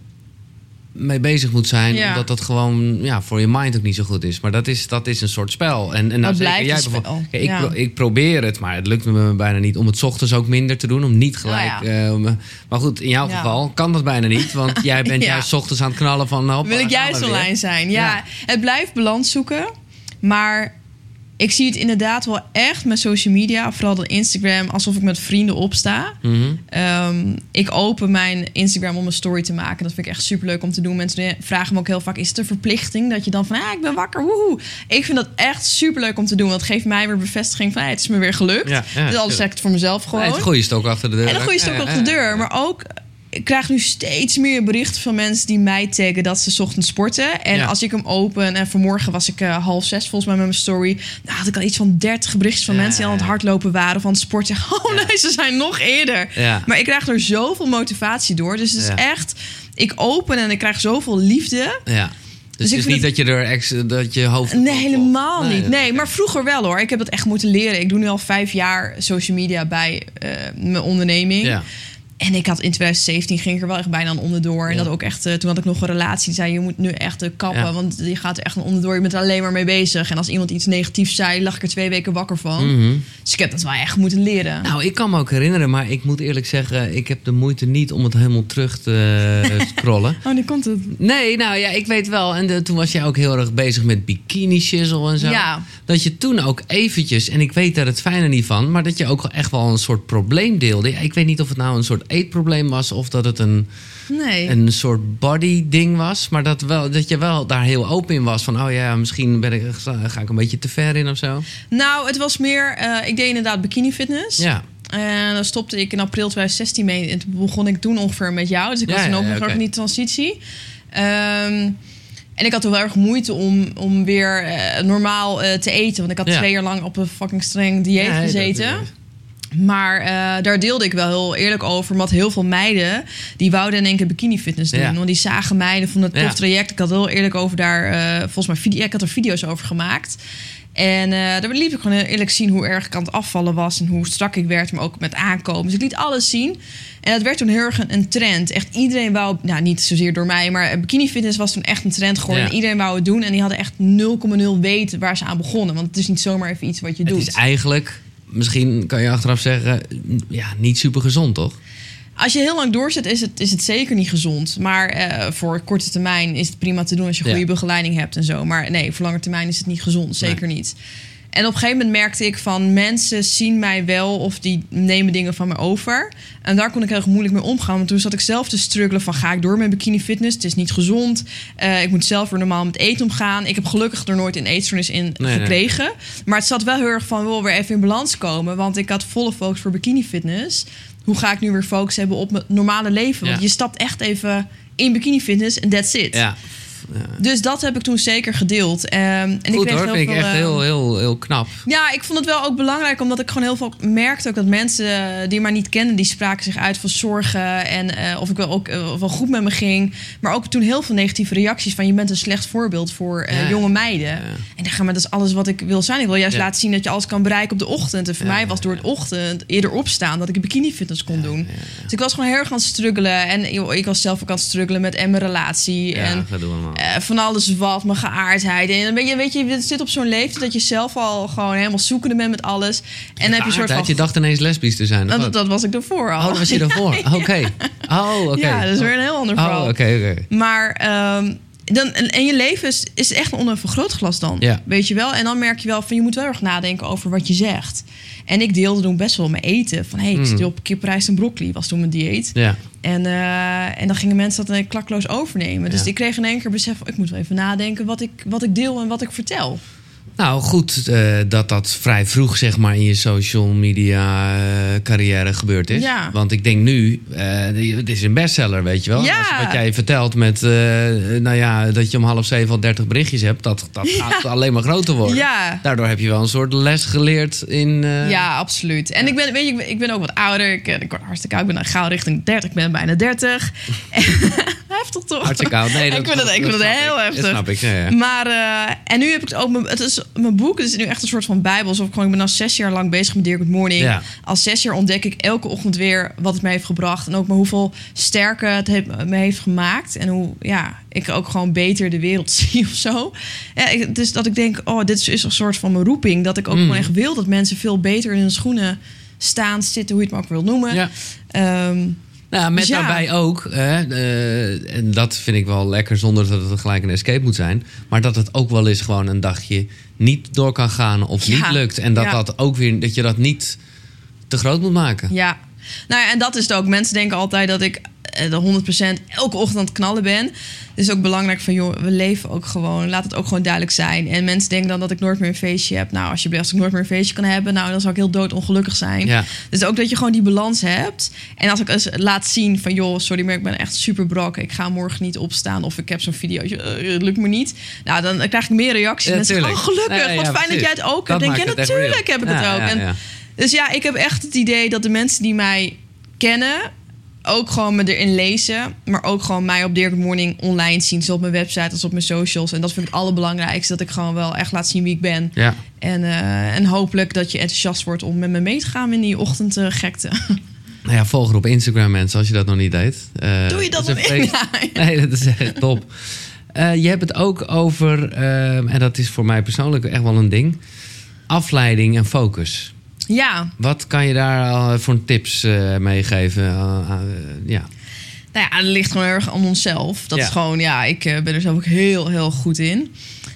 mee bezig moet zijn. Ja. Omdat dat gewoon voor je mind ook niet zo goed is. Maar dat is een soort spel. En nou, dat blijft een spel. Ik probeer het, maar het lukt me bijna niet om het 's ochtends ook minder te doen. Om niet gelijk... maar goed, in jouw geval kan dat bijna niet. Want jij bent juist 's ochtends aan het knallen van... Wil ik juist online zijn. Ja, het blijft balans zoeken. Maar ik zie het inderdaad wel echt met social media, vooral dan Instagram, alsof ik met vrienden opsta. Mm-hmm. Ik open mijn Instagram om een story te maken. Dat vind ik echt superleuk om te doen. Mensen vragen me ook heel vaak, is het een verplichting? Dat je dan van, ik ben wakker, woehoe. Ik vind dat echt superleuk om te doen. Want het geeft mij weer bevestiging van, het is me weer gelukt. Dus alles zeg ik het voor mezelf gewoon. Het goede stok achter de deur. En een goede stok achter de deur. Maar ook... Ik krijg nu steeds meer berichten van mensen die mij taggen dat ze 's ochtends sporten. En als ik hem open, en vanmorgen was ik 5:30 volgens mij met mijn story. Nou had ik al iets van 30 berichtjes van mensen die aan het hardlopen waren, van het sporten. Nee, ze zijn nog eerder. Ja. Maar ik krijg er zoveel motivatie door. Dus het is echt, ik open en ik krijg zoveel liefde. Ja. Dus het is niet dat je dat je hoofd... Nee, helemaal niet. Nee, maar vroeger wel hoor. Ik heb dat echt moeten leren. Ik doe nu al 5 jaar social media bij mijn onderneming. Ja. En ik had in 2017 ging ik er wel echt bijna aan onderdoor. En dat ook echt, toen had ik nog een relatie. Zei, je moet nu echt kappen, want je gaat er echt aan onderdoor. Je bent er alleen maar mee bezig. En als iemand iets negatiefs zei, lag ik er 2 weken wakker van. Mm-hmm. Dus ik heb dat wel echt moeten leren. Nou, ik kan me ook herinneren, maar ik moet eerlijk zeggen, ik heb de moeite niet om het helemaal terug te scrollen. Oh, nu komt het. Nee, nou ja, ik weet wel. En toen was jij ook heel erg bezig met bikini shizzle en zo. Ja. Dat je toen ook eventjes, en ik weet daar het fijne niet van, maar dat je ook echt wel een soort probleem deelde. Ik weet niet of het nou een soort eetprobleem was of dat het een soort body ding was, maar dat je wel daar heel open in was van misschien ga ik een beetje te ver in of zo. Nou, het was meer, ik deed inderdaad bikini fitness. Ja. En dan stopte ik in april 2016 mee en toen begon ik toen ongeveer met jou, dus ik was toen ook nog in die transitie. En ik had toen wel erg moeite om weer normaal te eten, want ik had 2 jaar lang op een fucking streng dieet gezeten. Maar daar deelde ik wel heel eerlijk over. Want heel veel meiden, die wouden in één keer bikini fitness doen. Want die zagen mij, vonden het tof traject. Ik had heel eerlijk over daar, volgens mij, ik had er video's over gemaakt. En daar liet ik gewoon heel eerlijk zien hoe erg ik aan het afvallen was. En hoe strak ik werd, maar ook met aankomen. Dus ik liet alles zien. En dat werd toen heel erg een trend. Echt iedereen wou, niet zozeer door mij, maar bikini fitness was toen echt een trend geworden. En iedereen wou het doen. En die hadden echt 0,0 weten waar ze aan begonnen. Want het is niet zomaar even iets wat je doet. Het is eigenlijk... Misschien kan je achteraf zeggen, niet super gezond, toch? Als je heel lang doorzet, is het zeker niet gezond. Maar voor korte termijn is het prima te doen als je goede begeleiding hebt en zo. Maar nee, voor lange termijn is het niet gezond, zeker niet. En op een gegeven moment merkte ik van mensen zien mij wel of die nemen dingen van me over. En daar kon ik heel erg moeilijk mee omgaan. Want toen zat ik zelf te struggelen van ga ik door met bikini fitness? Het is niet gezond. Ik moet zelf weer normaal met eten omgaan. Ik heb gelukkig er nooit een eetstoornis in gekregen. Nee. Maar het zat wel heel erg van wil weer even in balans komen. Want ik had volle focus voor bikini fitness. Hoe ga ik nu weer focus hebben op mijn normale leven? Want je stapt echt even in bikini fitness en that's it. Ja. Ja. Dus dat heb ik toen zeker gedeeld. En goed, ik kreeg hoor, vind ik echt heel knap. Ja, ik vond het wel ook belangrijk, omdat ik gewoon heel veel merkte ook dat mensen die mij niet kenden, die spraken zich uit van zorgen en of ik wel ook wel goed met me ging. Maar ook toen heel veel negatieve reacties van je bent een slecht voorbeeld voor jonge meiden. Ja. En dan gaan we, dat is alles wat ik wil zijn. Ik wil juist laten zien dat je alles kan bereiken op de ochtend. En voor mij was door het ochtend eerder opstaan dat ik bikini fitness kon doen. Ja. Dus ik was gewoon heel erg aan het struggelen. En ik was zelf ook aan het struggelen met mijn relatie. Ja, en dat doen we van alles wat, mijn geaardheid. En weet je, zit op zo'n leeftijd dat je zelf al gewoon helemaal zoekende bent met alles. En dan heb je een soort van... Je dacht ineens lesbisch te zijn. Dat was ik daarvoor al. Oh, dat was je daarvoor? Oké. Ja, dat is weer een heel ander verhaal. Oké. Maar... en je leven is echt onder een vergrootglas dan. Ja. Weet je wel? En dan merk je wel van je moet wel erg nadenken over wat je zegt. En ik deelde toen best wel mijn eten. Van ik zit op kiprijs en broccoli, was toen mijn dieet. Ja. En dan gingen mensen dat klakloos overnemen. Dus ik kreeg in één keer besef van ik moet wel even nadenken wat ik deel en wat ik vertel. Nou, goed dat vrij vroeg zeg maar in je social media carrière gebeurd is. Ja. Want ik denk nu, het is een bestseller, weet je wel. Ja. Wat jij vertelt met, dat je om 6:30 al 30 berichtjes hebt, dat gaat alleen maar groter worden. Ja. Daardoor heb je wel een soort les geleerd in... Ja, absoluut. En ik ben ook wat ouder. Ik word hartstikke oud. Ik ben gauw richting 30. Ik ben bijna 30. heftig, toch? Hartstikke koud. Nee, ik vind het heel heftig. Dat snap ik, ja. Maar, en nu heb ik het ook... Het is mijn boek, het is nu echt een soort van bijbel. Alsof ik ben al 6 jaar lang bezig met Dear Good Morning. Ja. Al 6 jaar ontdek ik elke ochtend weer wat het me heeft gebracht. En ook maar hoeveel sterker het me heeft gemaakt. En hoe ik ook gewoon beter de wereld zie of zo. Ja, dus dat ik denk, dit is een soort van mijn roeping. Dat ik ook gewoon echt wil dat mensen veel beter in hun schoenen staan, zitten, hoe je het maar ook wil noemen. Ja. Met daarbij ook, en dat vind ik wel lekker zonder dat het gelijk een escape moet zijn, maar dat het ook wel eens gewoon een dagje niet door kan gaan of niet lukt. En dat ook weer, dat je dat niet te groot moet maken. Ja, nou ja, en dat is het ook. Mensen denken altijd dat ik de 100% elke ochtend aan het knallen ben. Het is ook belangrijk van, joh, we leven ook gewoon. Laat het ook gewoon duidelijk zijn. En mensen denken dan dat ik nooit meer een feestje heb. Nou, alsjeblieft, als ik nooit meer een feestje kan hebben, nou, dan zou ik heel doodongelukkig zijn. Ja. Dus ook dat je gewoon die balans hebt. En als ik eens laat zien van, joh, sorry, maar ik ben echt super brak. Ik ga morgen niet opstaan. Of ik heb zo'n videootje, het lukt me niet. Nou, dan krijg ik meer reacties. Ja, mensen zeggen, gelukkig, wat fijn dat jij het ook hebt. Denk je, natuurlijk heb ik het ook. Dus ja, ik heb echt het idee dat de mensen die mij kennen ook gewoon me erin lezen, maar ook gewoon mij op Dear Good Morning online zien, zowel op mijn website als op mijn socials. En dat vind ik het allerbelangrijkste, dat ik gewoon wel echt laat zien wie ik ben. Ja. En hopelijk dat je enthousiast wordt om met me mee te gaan in die ochtendgekte. Nou ja, volg er op Instagram, mensen, als je dat nog niet deed. Doe je dat nog niet? Nee, dat is echt top. Je hebt het ook over, en dat is voor mij persoonlijk echt wel een ding, afleiding en focus. Ja. Wat kan je daar voor tips meegeven? Ja. Nou ja, het ligt gewoon erg aan onszelf. Dat is gewoon, ik ben er zelf ook heel, heel goed in.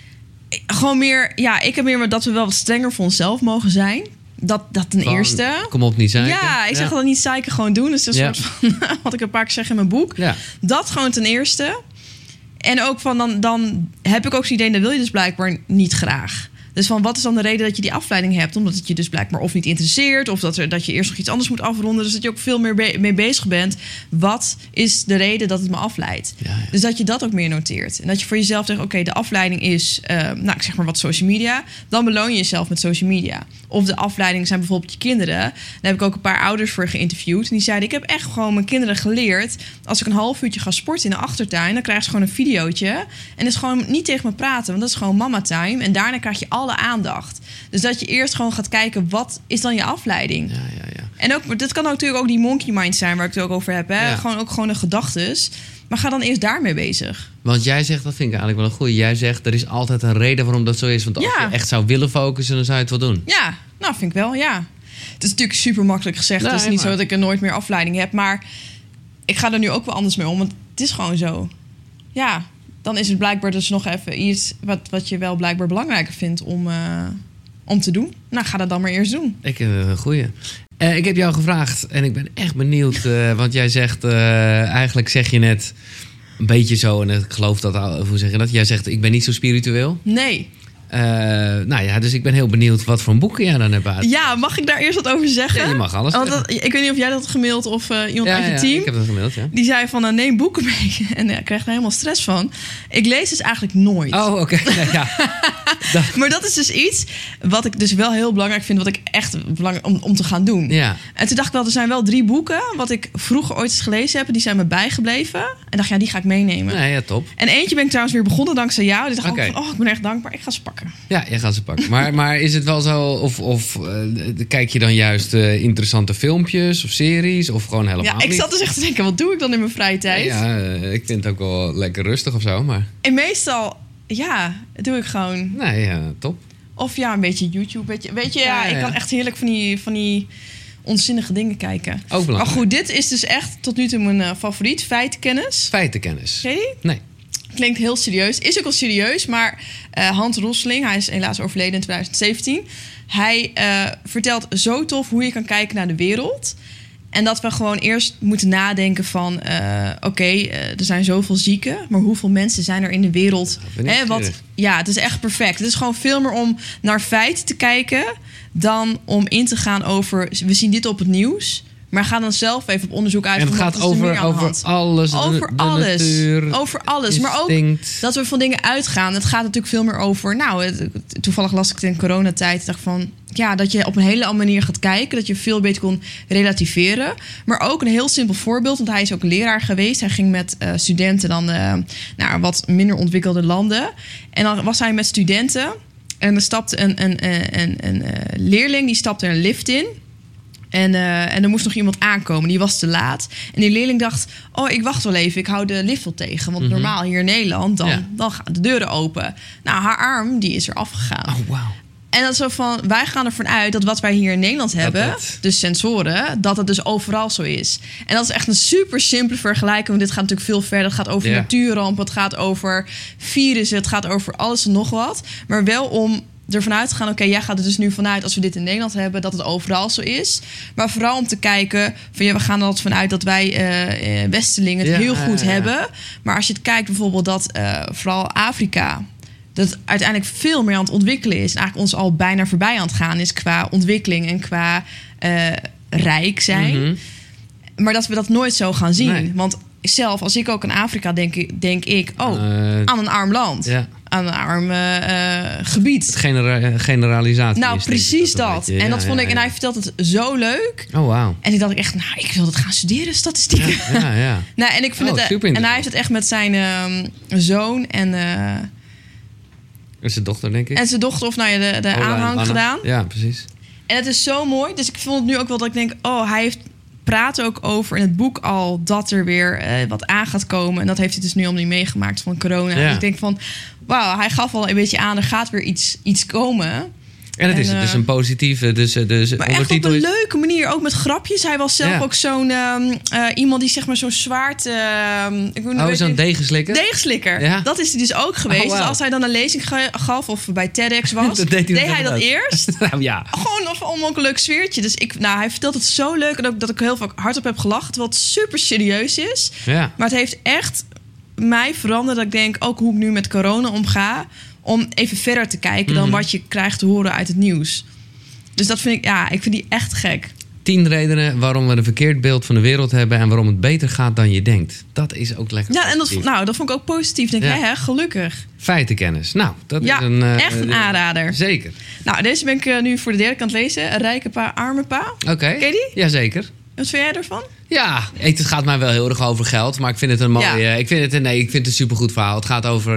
Gewoon meer, ik heb meer dat we wel wat strenger voor onszelf mogen zijn. Dat ten eerste. Kom op, niet zeiken. Ja, ik zeg dat niet zeiken, gewoon doen. Dus dat is een soort van, wat ik een paar keer zeg in mijn boek. Ja. Dat gewoon ten eerste. En ook van, dan heb ik ook zo'n idee, dat wil je dus blijkbaar niet graag. Dus van, wat is dan de reden dat je die afleiding hebt? Omdat het je dus blijkbaar of niet interesseert, of dat je eerst nog iets anders moet afronden. Dus dat je ook veel meer mee bezig bent. Wat is de reden dat het me afleidt? Ja, ja. Dus dat je dat ook meer noteert. En dat je voor jezelf zegt, oké, de afleiding is, ik zeg maar wat social media. Dan beloon je jezelf met social media. Of de afleiding zijn bijvoorbeeld je kinderen. Daar heb ik ook een paar ouders voor geïnterviewd. En die zeiden, ik heb echt gewoon mijn kinderen geleerd, als ik een half uurtje ga sporten in de achtertuin, dan krijgen ze gewoon een videootje. En dat is gewoon niet tegen me praten, want dat is gewoon mama time. En daarna krijg je alle aandacht. Dus dat je eerst gewoon gaat kijken, wat is dan je afleiding? Ja. En ook, dat kan natuurlijk ook die monkey mind zijn, waar ik het ook over heb. Hè? Ja. Gewoon de gedachtes. Maar ga dan eerst daarmee bezig. Want jij zegt, dat vind ik eigenlijk wel een goeie. Jij zegt, er is altijd een reden waarom dat zo is. Want als je echt zou willen focussen, dan zou je het wel doen. Ja, nou vind ik wel, ja. Het is natuurlijk super makkelijk gezegd. Nee, het is niet zo dat ik er nooit meer afleiding heb. Maar ik ga er nu ook wel anders mee om. Want het is gewoon zo. Ja, dan is het blijkbaar dus nog even iets wat je wel blijkbaar belangrijker vindt om te doen. Nou, ga dat dan maar eerst doen. Ik heb een goeie. Ik heb jou gevraagd en ik ben echt benieuwd. Want jij zegt, eigenlijk zeg je net een beetje zo, en ik geloof dat, hoe zeg je dat? Jij zegt, ik ben niet zo spiritueel. Nee. Dus ik ben heel benieuwd wat voor boeken jij dan hebt uit. Ja, mag ik daar eerst wat over zeggen? Ja, je mag alles zeggen. Ik weet niet of jij dat had gemaild of iemand uit je team. Ik heb dat gemaild, ja. Die zei van, neem boeken mee. En ik krijg er helemaal stress van. Ik lees dus eigenlijk nooit. Oh, oké. Nee, ja. Maar dat is dus iets wat ik dus wel heel belangrijk vind, wat ik echt belangrijk om te gaan doen. Ja. En toen dacht ik wel, er zijn wel 3 boeken wat ik vroeger ooit eens gelezen heb. Die zijn me bijgebleven. En dacht, die ga ik meenemen. Nee, ja, top. En eentje ben ik trouwens weer begonnen dankzij jou. Die dacht ik van, ik ben echt dankbaar. Ik ga ze pakken. Ja, je gaat ze pakken. Maar is het wel zo, of kijk je dan juist interessante filmpjes of series, of gewoon helemaal niet? Ik zat dus echt te denken, wat doe ik dan in mijn vrije tijd? Ja, ik vind het ook wel lekker rustig of zo, maar... En meestal, doe ik gewoon... Nee, ja, top. Of een beetje YouTube. Weet je, ik kan echt heerlijk van die onzinnige dingen kijken. Ook belangrijk. Maar goed, dit is dus echt tot nu toe mijn favoriet. Feitenkennis. Feitenkennis. Ken je? Nee. Klinkt heel serieus. Is ook wel serieus, maar Hans Rosling, hij is helaas overleden in 2017. Hij vertelt zo tof hoe je kan kijken naar de wereld. En dat we gewoon eerst moeten nadenken van... er zijn zoveel zieken, maar hoeveel mensen zijn er in de wereld? Het is echt perfect. Het is gewoon veel meer om naar feiten te kijken dan om in te gaan over... We zien dit op het nieuws... Maar ga dan zelf even op onderzoek uit. En het gaat over alles. Over alles. Natuur, over alles. Maar ook dat we van dingen uitgaan. Het gaat natuurlijk veel meer over... toevallig las ik het in coronatijd. Ik dacht van... dat je op een hele andere manier gaat kijken. Dat je veel beter kon relativeren. Maar ook een heel simpel voorbeeld. Want hij is ook leraar geweest. Hij ging met studenten dan naar wat minder ontwikkelde landen. En dan was hij met studenten. En er stapte een leerling, die stapte een lift in. En er moest nog iemand aankomen, die was te laat. En die leerling dacht, ik wacht wel even, ik hou de lift wel tegen. Want normaal hier in Nederland, dan gaan de deuren open. Nou, haar arm, die is er afgegaan. Oh, wow. En dat is zo van, wij gaan ervan uit dat wat wij hier in Nederland hebben, dus sensoren, dat het dus overal zo is. En dat is echt een super simpele vergelijking, want dit gaat natuurlijk veel verder. Het gaat over natuurrampen, het gaat over virussen, het gaat over alles en nog wat. Maar wel om ervan uit te gaan, oké, jij gaat er dus nu vanuit, als we dit in Nederland hebben, dat het overal zo is. Maar vooral om te kijken, van we gaan er altijd vanuit dat wij Westelingen het heel goed hebben. Maar als je het kijkt bijvoorbeeld dat vooral Afrika, dat het uiteindelijk veel meer aan het ontwikkelen is. En eigenlijk ons al bijna voorbij aan het gaan is qua ontwikkeling en qua rijk zijn. Maar dat we dat nooit zo gaan zien. Nee. Want zelf, als ik ook aan Afrika denk ik aan een arm land. Ja. Aan een arm gebied. Generalisatie. Nou, precies dat. En dat vond ik. En hij vertelt het zo leuk. Oh, wauw. En ik dacht echt, ik wil dat gaan studeren, statistieken. Ja. Nou, en ik vind het. En hij heeft het echt met zijn zoon en zijn dochter, denk ik. En zijn dochter, of de aanhang gedaan. Ja, precies. En het is zo mooi. Dus ik vond het nu ook wel dat ik denk, hij praat ook over in het boek al dat er weer wat aan gaat komen. En dat heeft hij dus nu al niet meegemaakt van corona. Ja. Dus ik denk van, wauw, hij gaf al een beetje aan, er gaat weer iets komen. En het is dus een positieve. Maar echt op een leuke manier, ook met grapjes. Hij was zelf ook zo'n iemand die zeg maar zo'n zwaard. Zo'n degenslikker. Degenslikker. Ja. Dat is hij dus ook geweest. Oh, wow. Dus als hij dan een lezing gaf of bij TEDx was, deed hij dat eerst. Ja. Gewoon om ook een leuk sfeertje. Dus hij vertelt het zo leuk en ook dat ik heel vaak hardop heb gelachen, terwijl het super serieus is. Ja. Maar het heeft echt mij veranderd. Dat ik denk ook hoe ik nu met corona omga, om even verder te kijken dan wat je krijgt te horen uit het nieuws. Dus dat vind ik vind die echt gek. 10 redenen waarom we een verkeerd beeld van de wereld hebben en waarom het beter gaat dan je denkt. Dat is ook lekker. Ja, en dat vond ik ook positief. Denk gelukkig. Feitenkennis. Nou, dat is echt een aanrader. Zeker. Nou, deze ben ik nu voor de derde kant lezen. Een rijke pa, arme pa. Oké. Ken je die? Jazeker. Wat vind jij ervan? Ja, het gaat mij wel heel erg over geld. Maar ik vind het een mooie. Ja. Ik vind het een supergoed verhaal. Het gaat over,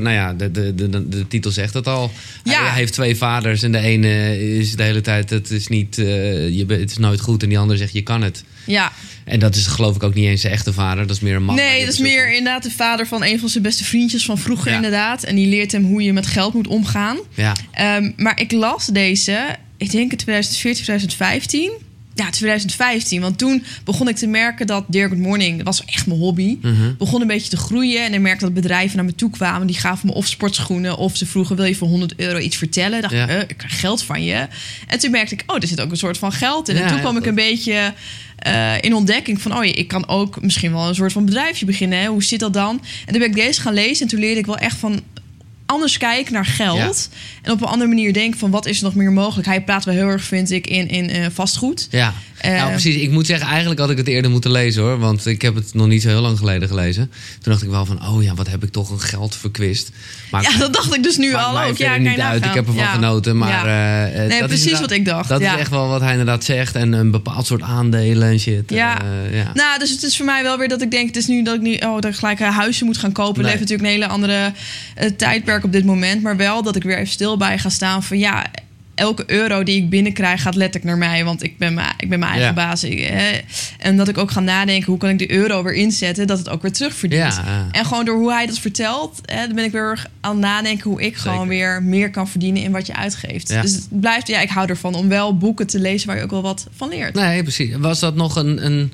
de titel zegt het al. Ja. Hij heeft 2 vaders. En de ene is de hele tijd, het is niet, het is nooit goed. En die andere zegt, je kan het. Ja. En dat is geloof ik ook niet eens zijn echte vader. Dat is meer een man. Nee, dat is meer inderdaad de vader van een van zijn beste vriendjes van vroeger inderdaad. En die leert hem hoe je met geld moet omgaan. Ja. Maar ik las deze, ik denk in 2014, 2015... Ja, 2015. Want toen begon ik te merken dat Dear Good Morning, dat was echt mijn hobby, begon een beetje te groeien. En ik merkte dat bedrijven naar me toe kwamen. Die gaven me of sportschoenen of ze vroegen, wil je voor €100 iets vertellen? Dacht ik krijg geld van je. En toen merkte ik, er zit ook een soort van geld in. En toen kwam ik een beetje in ontdekking van, ik kan ook misschien wel een soort van bedrijfje beginnen. Hè? Hoe zit dat dan? En toen ben ik deze gaan lezen en toen leerde ik wel echt van anders kijken naar geld. Ja. En op een andere manier denken van wat is er nog meer mogelijk. Hij praat wel heel erg, vind ik, in vastgoed. Ja, nou precies. Ik moet zeggen, eigenlijk had ik het eerder moeten lezen hoor. Want ik heb het nog niet zo heel lang geleden gelezen. Toen dacht ik wel van, wat heb ik toch een geld verkwist. Maar dat dacht ik dus nu al ook. Ja, niet uit. Ik heb ervan genoten. Maar nee, dat precies wat ik dacht. Dat is echt wel wat hij inderdaad zegt. En een bepaald soort aandelen en shit. Ja. Nou, dus het is voor mij wel weer dat ik denk, het is nu dat ik niet dat ik gelijk een huisje moet gaan kopen. Nee. Het leeft natuurlijk een hele andere tijdperk op dit moment. Maar wel dat ik weer even stil bij ga staan van elke euro die ik binnenkrijg gaat letterlijk naar mij. Want ik ben mijn eigen baas. En dat ik ook ga nadenken, hoe kan ik de euro weer inzetten, dat het ook weer terugverdient. Ja. En gewoon door hoe hij dat vertelt, dan ben ik weer aan het nadenken hoe ik gewoon weer meer kan verdienen in wat je uitgeeft. Ja. Dus het blijft, ik hou ervan om wel boeken te lezen waar je ook wel wat van leert. Nee, precies. Was dat nog een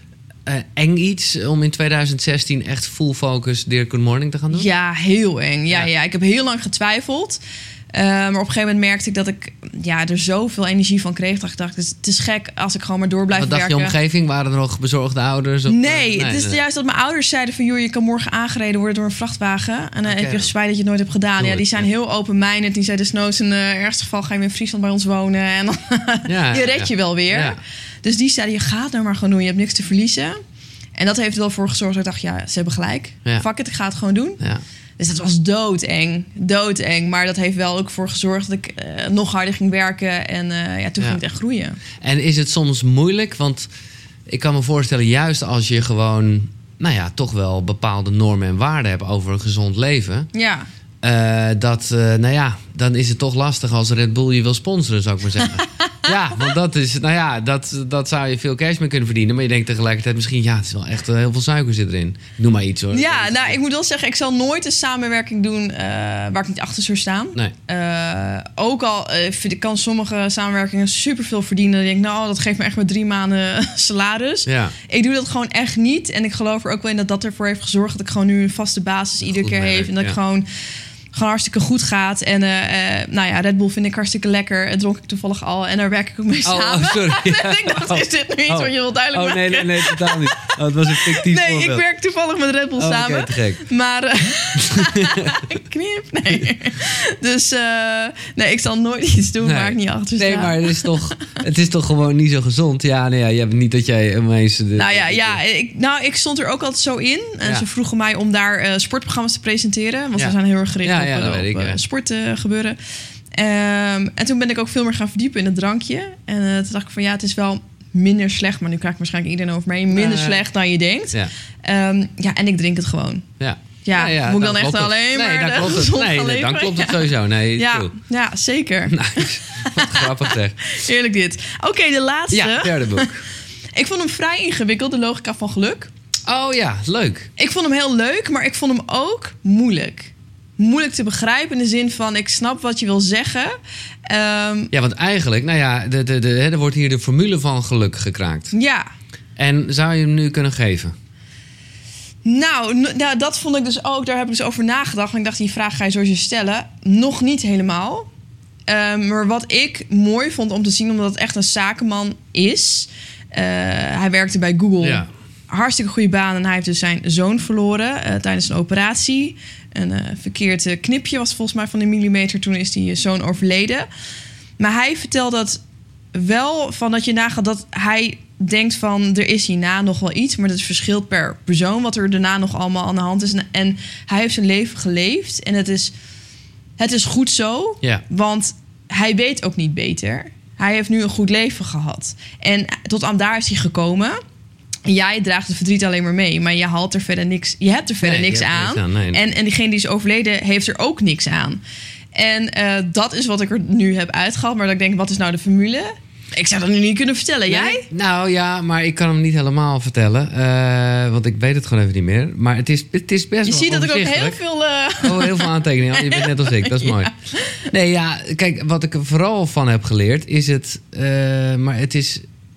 eng iets om in 2016 echt full focus Dear Good Morning te gaan doen? Ja, heel eng. Ja. Ik heb heel lang getwijfeld. Maar op een gegeven moment merkte ik dat ik er zoveel energie van kreeg. Dat ik dacht, het is gek als ik gewoon maar door blijf werken. Wat dacht je omgeving? Waren er nog bezorgde ouders? Nee, het is juist dat mijn ouders zeiden van, je kan morgen aangereden worden door een vrachtwagen. En dan heb je spijt dat je het nooit hebt gedaan. Die zijn heel open-minded. Die zeiden, desnoods in het ergste geval ga je in Friesland bij ons wonen. En dan je redt je wel weer. Ja. Dus die zeiden, je gaat nou maar gewoon doen. Je hebt niks te verliezen. En dat heeft er wel voor gezorgd dat ik dacht, ze hebben gelijk. Ja. Fuck it, ik ga het gewoon doen. Ja. Dus dat was doodeng. Maar dat heeft wel ook voor gezorgd dat ik nog harder ging werken. En toen ging het echt groeien. En is het soms moeilijk? Want ik kan me voorstellen, juist als je gewoon... toch wel bepaalde normen en waarden hebt over een gezond leven. Ja. Dan is het toch lastig als Red Bull je wil sponsoren, zou ik maar zeggen. Ja, want dat is, dat zou je veel cash mee kunnen verdienen. Maar je denkt tegelijkertijd misschien, het is wel echt heel veel suiker zit erin. Noem maar iets hoor. Ja, ik moet wel zeggen, ik zal nooit een samenwerking doen waar ik niet achter zou staan. Nee. Ook al kan sommige samenwerkingen superveel verdienen. Dan denk ik, dat geeft me echt maar 3 maanden salaris. Ja. Ik doe dat gewoon echt niet. En ik geloof er ook wel in dat ervoor heeft gezorgd dat ik gewoon nu een vaste basis iedere keer heb. En dat ik gewoon hartstikke goed gaat. En Red Bull vind ik hartstikke lekker. En dronk ik toevallig al. En daar werk ik ook mee samen. Oh, sorry. Ik dacht, is dit nu iets wat je wil duidelijk maken? Nee, totaal niet. Het was een fictief voorbeeld. Ik werk toevallig met Red Bull samen. Oké, te gek. Maar knip, nee. Dus ik zal nooit iets doen waar ik niet achter sta. Nee, maar het is toch gewoon niet zo gezond? Ja, je hebt niet dat jij ineens... Ik stond er ook altijd zo in. En ze vroegen mij om daar sportprogramma's te presenteren. Want ze zijn heel erg gericht op sportgebeuren. En toen ben ik ook veel meer gaan verdiepen in het drankje. En toen dacht ik van het is wel minder slecht. Maar nu krijgt waarschijnlijk iedereen over mee. Minder slecht dan je denkt. Ja. En ik drink het gewoon. Ja. Moet ik dan echt alleen maar... Nee, dan klopt het sowieso. Nee, ja, zeker. Nice. Wat grappig zeg. Heerlijk dit. Oké, de laatste. Ja, derde boek. Ik vond hem vrij ingewikkeld, De Logica van Geluk. Oh ja, leuk. Ik vond hem heel leuk, maar ik vond hem ook moeilijk. Moeilijk te begrijpen in de zin van... ik snap wat je wil zeggen. Want eigenlijk, er wordt hier de formule van geluk gekraakt. Ja. En zou je hem nu kunnen geven? Nou, dat vond ik dus ook. Daar heb ik dus over nagedacht. En ik dacht, die vraag ga je sowieso stellen. Nog niet helemaal. Maar wat ik mooi vond om te zien... omdat het echt een zakenman is... hij werkte bij Google... Ja. Hartstikke goede baan. En hij heeft dus zijn zoon verloren tijdens een operatie. Een verkeerd knipje was volgens mij van een millimeter. Toen is die zoon overleden. Maar hij vertelt dat wel van dat je nagaat dat hij denkt van... er is hierna nog wel iets, maar dat verschilt per persoon... wat er daarna nog allemaal aan de hand is. En hij heeft zijn leven geleefd. En het is goed zo, want hij weet ook niet beter. Hij heeft nu een goed leven gehad. En tot aan daar is hij gekomen... Jij draagt het verdriet alleen maar mee, maar je haalt er verder niks. Je hebt er verder niks aan. Nee. En diegene die is overleden, heeft er ook niks aan. En dat is wat ik er nu heb uitgehaald. Maar dat ik denk, wat is nou de formule? Ik zou dat nu niet kunnen vertellen. Nee? Jij? Nou ja, maar ik kan hem niet helemaal vertellen. Want ik weet het gewoon even niet meer. Maar het is best wel. Je ziet dat ik ook heel veel... heel veel aantekeningen. Je bent net als ik, dat is mooi. Nee, ja, kijk, wat ik er vooral van heb geleerd is het... maar het is...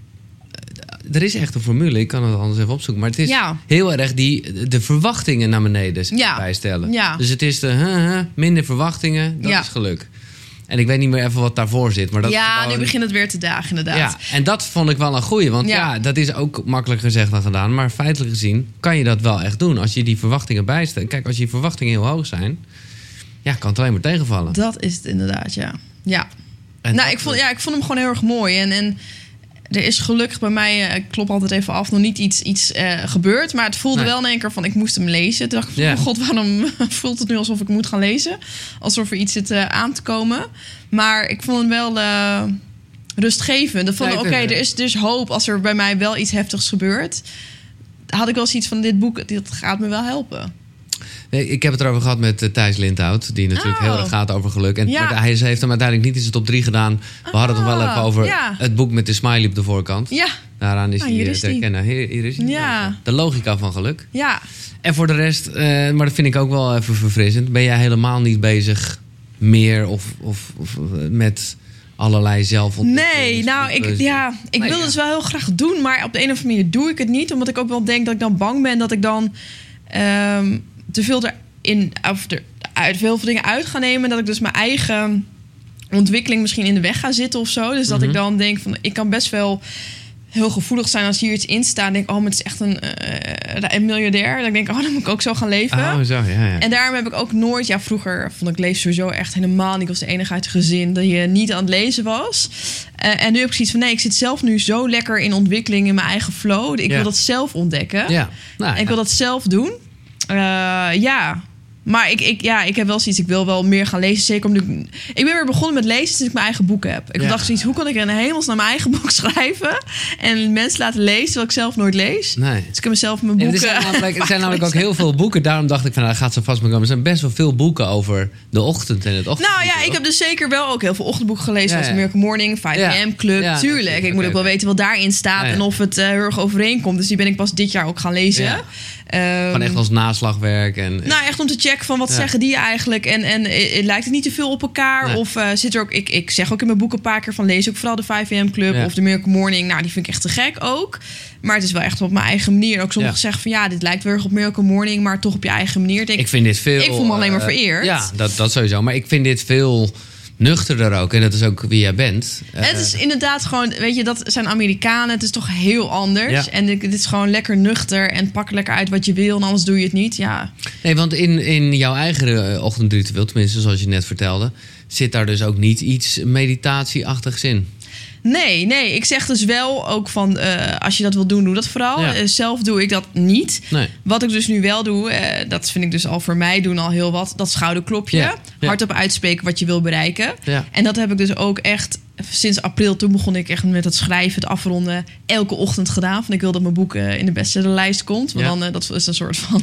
Er is echt een formule, ik kan het anders even opzoeken. Maar het is heel erg de verwachtingen naar beneden bijstellen. Ja. Dus het is minder verwachtingen, dat is geluk. En ik weet niet meer even wat daarvoor zit. Maar dat gewoon... nu begint het weer te dagen, inderdaad. Ja, en dat vond ik wel een goeie. Want dat is ook makkelijk gezegd dan gedaan. Maar feitelijk gezien kan je dat wel echt doen. Als je die verwachtingen bijstelt. Kijk, als je verwachtingen heel hoog zijn... kan het alleen maar tegenvallen. Dat is het inderdaad, ja. Ik vond hem gewoon heel erg mooi. En er is gelukkig bij mij, ik klop altijd even af, nog niet iets gebeurd. Maar het voelde wel in één keer van, ik moest hem lezen. Toen dacht ik, oh god, waarom voelt het nu alsof ik moet gaan lezen? Alsof er iets zit aan te komen. Maar ik vond hem wel rustgevend. Ik vond er is dus hoop als er bij mij wel iets heftigs gebeurt. Had ik wel zoiets van, dit boek, dit gaat me wel helpen. Ik heb het erover gehad met Thijs Lindhout. Die natuurlijk heel erg gaat over geluk. En hij heeft hem uiteindelijk niet in zijn top 3 gedaan. We hadden het nog wel even over het boek met de smiley op de voorkant. Ja. Daaraan is hij te herkennen. Hier is hij. Ja. De logica van geluk. Ja. En voor de rest, maar dat vind ik ook wel even verfrissend. Ben jij helemaal niet bezig meer of met allerlei zelfontwikkeling? Nee, ik wil het wel heel graag doen. Maar op de een of andere manier doe ik het niet. Omdat ik ook wel denk dat ik dan bang ben dat ik dan... te veel uit veel dingen uit gaan nemen. Dat ik dus mijn eigen ontwikkeling misschien in de weg ga zitten of zo. Dus dat ik dan denk van, ik kan best wel heel gevoelig zijn als hier iets in staat. En denk, oh, maar het is echt een miljardair. Dan denk ik, dan moet ik ook zo gaan leven. Oh, zo, ja. En daarom heb ik ook nooit... Ja, vroeger vond ik lezen sowieso echt helemaal niet. Ik was de enige uit het gezin dat je niet aan het lezen was. En nu heb ik zoiets van, nee, ik zit zelf nu zo lekker in ontwikkeling in mijn eigen flow. Ik wil dat zelf ontdekken. Ja. Ik wil dat zelf doen. Maar ik heb wel zoiets. Ik wil wel meer gaan lezen. Zeker omdat ik ben weer begonnen met lezen sinds ik mijn eigen boek heb. Ik dacht zoiets, hoe kan ik in hemels naar mijn eigen boek schrijven en mensen laten lezen terwijl ik zelf nooit lees. Nee. Dus ik heb mezelf mijn boeken. Er zijn namelijk ook heel veel boeken. Daarom dacht ik van, gaat ze vast mee komen. Er zijn best wel veel boeken over de ochtend en het ochtend. Nou ja, ik heb dus zeker wel ook heel veel ochtendboeken gelezen. Zoals Miracle Morning, 5 AM Club. Ja, tuurlijk. Ik moet ook wel weten wat daarin staat en of het heel erg overeenkomt. Dus die ben ik pas dit jaar ook gaan lezen. Ja. Gewoon echt als naslagwerk. Nou, echt om te checken van wat zeggen die eigenlijk. En lijkt het niet te veel op elkaar? Nee. Of zit er ook... Ik zeg ook in mijn boek een paar keer van... lees ook vooral de 5 AM Club of de Miracle Morning. Nou, die vind ik echt te gek ook. Maar het is wel echt op mijn eigen manier. Ook sommigen zeggen van dit lijkt wel erg op Miracle Morning... maar toch op je eigen manier. Ik vind dit veel... Ik voel me alleen maar vereerd. Ja, dat sowieso. Maar ik vind dit veel... nuchterder ook. En dat is ook wie jij bent. Het is inderdaad gewoon... Weet je, dat zijn Amerikanen. Het is toch heel anders. Ja. En dit is gewoon lekker nuchter. En pak lekker uit wat je wil. En anders doe je het niet. Ja. Nee, want in jouw eigen ochtendritueel... tenminste, zoals je net vertelde... zit daar dus ook niet iets meditatieachtigs in. Nee. Ik zeg dus wel ook van... als je dat wil doen, doe dat vooral. Ja. Zelf doe ik dat niet. Nee. Wat ik dus nu wel doe... dat vind ik dus al voor mij doen al heel wat. Dat schouderklopje. Ja. Hardop uitspreken wat je wil bereiken. Ja. En dat heb ik dus ook echt... Sinds april, toen begon ik echt met het schrijven, het afronden... elke ochtend gedaan. Want ik wil dat mijn boek in de bestsellerlijst komt. Want dan, dat is een soort van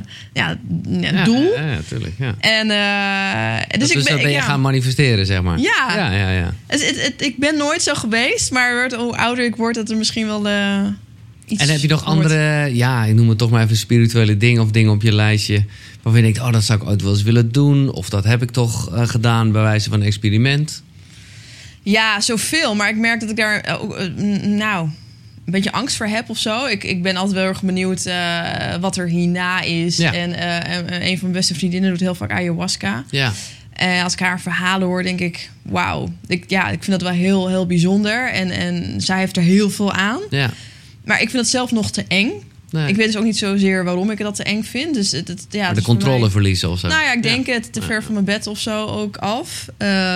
doel. Ja, tuurlijk. Ja. En dus dat ben je gaan manifesteren, zeg maar. Ja. Ik ben nooit zo geweest. Maar hoe ouder ik word, dat er misschien wel iets... En heb je nog andere, ik noem het toch maar even spirituele dingen... of dingen op je lijstje... waarvan je denkt, dat zou ik ooit wel eens willen doen... of dat heb ik toch gedaan bij wijze van een experiment... Ja, zoveel. Maar ik merk dat ik daar een beetje angst voor heb of zo. Ik ben altijd wel erg benieuwd wat er hierna is. Ja. En een van mijn beste vriendinnen doet heel vaak ayahuasca. Ja. En als ik haar verhalen hoor, denk ik... wauw, ik vind dat wel heel, heel bijzonder. En zij heeft er heel veel aan. Ja. Maar ik vind het zelf nog te eng. Nee. Ik weet dus ook niet zozeer waarom ik dat te eng vind. Dus maar de controle verliezen of zo? Nou ja, ik denk het te ver van mijn bed of zo ook af.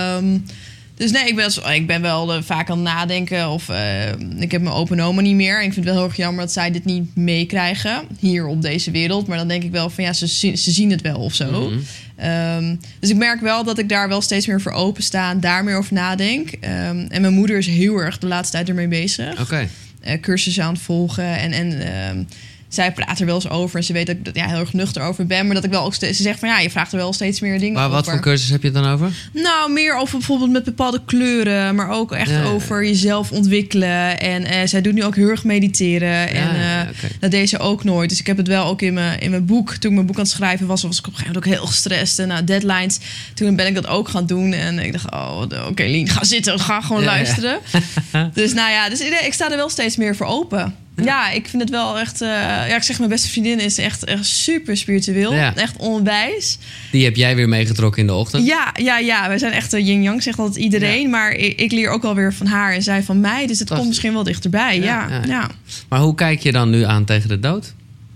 Dus nee, ik ben wel vaak aan het nadenken. Of ik heb mijn open oma niet meer. En ik vind het wel heel erg jammer dat zij dit niet meekrijgen. Hier op deze wereld. Maar dan denk ik wel van ze zien het wel of zo. Mm-hmm. Dus ik merk wel dat ik daar wel steeds meer voor opensta. En daar meer over nadenk. En mijn moeder is heel erg de laatste tijd ermee bezig. Oké. Cursussen aan het volgen. En zij praat er wel eens over. En ze weet dat ik heel erg nuchter over ben. Maar dat ik wel ook ze zegt van je vraagt er wel steeds meer dingen over. Maar wat voor cursus heb je het dan over? Nou, meer over bijvoorbeeld met bepaalde kleuren. Maar ook echt over jezelf ontwikkelen. En zij doet nu ook heel erg mediteren. Dat deed ze ook nooit. Dus ik heb het wel ook in mijn boek. Toen ik mijn boek aan het schrijven was ik op een gegeven moment ook heel gestrest. En deadlines. Toen ben ik dat ook gaan doen. En ik dacht, oké, Lien, ga zitten. Ga gewoon luisteren. Dus dus ik sta er wel steeds meer voor open. Ja, ik vind het wel echt... ik zeg, mijn beste vriendin is echt super spiritueel. Ja. Echt onwijs. Die heb jij weer meegetrokken in de ochtend? Ja. Wij zijn echt yin-yang, zegt altijd iedereen. Ja. Maar ik leer ook wel weer van haar en zij van mij. Dus het komt misschien wel dichterbij. Ja. Maar hoe kijk je dan nu aan tegen de dood?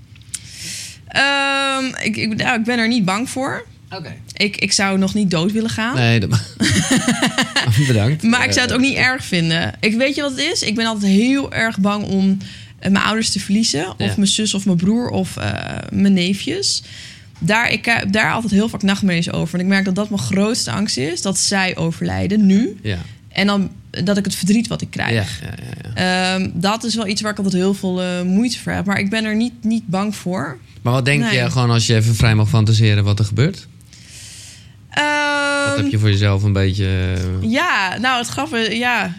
Ik ben er niet bang voor. Okay. Ik zou nog niet dood willen gaan. Nee, bedankt. Maar ik zou het ook niet erg vinden. Weet je wat het is? Ik ben altijd heel erg bang om mijn ouders te verliezen. Of mijn zus of mijn broer of mijn neefjes. Ik heb daar altijd heel vaak nachtmerries over. En ik merk dat dat mijn grootste angst is. Dat zij overlijden nu. Ja. En dan dat ik het verdriet wat ik krijg. Ja. Dat is wel iets waar ik altijd heel veel moeite voor heb. Maar ik ben er niet bang voor. Maar wat denk je gewoon als je even vrij mag fantaseren wat er gebeurt? Wat heb je voor jezelf een beetje... Ja, nou het grappige... Ja,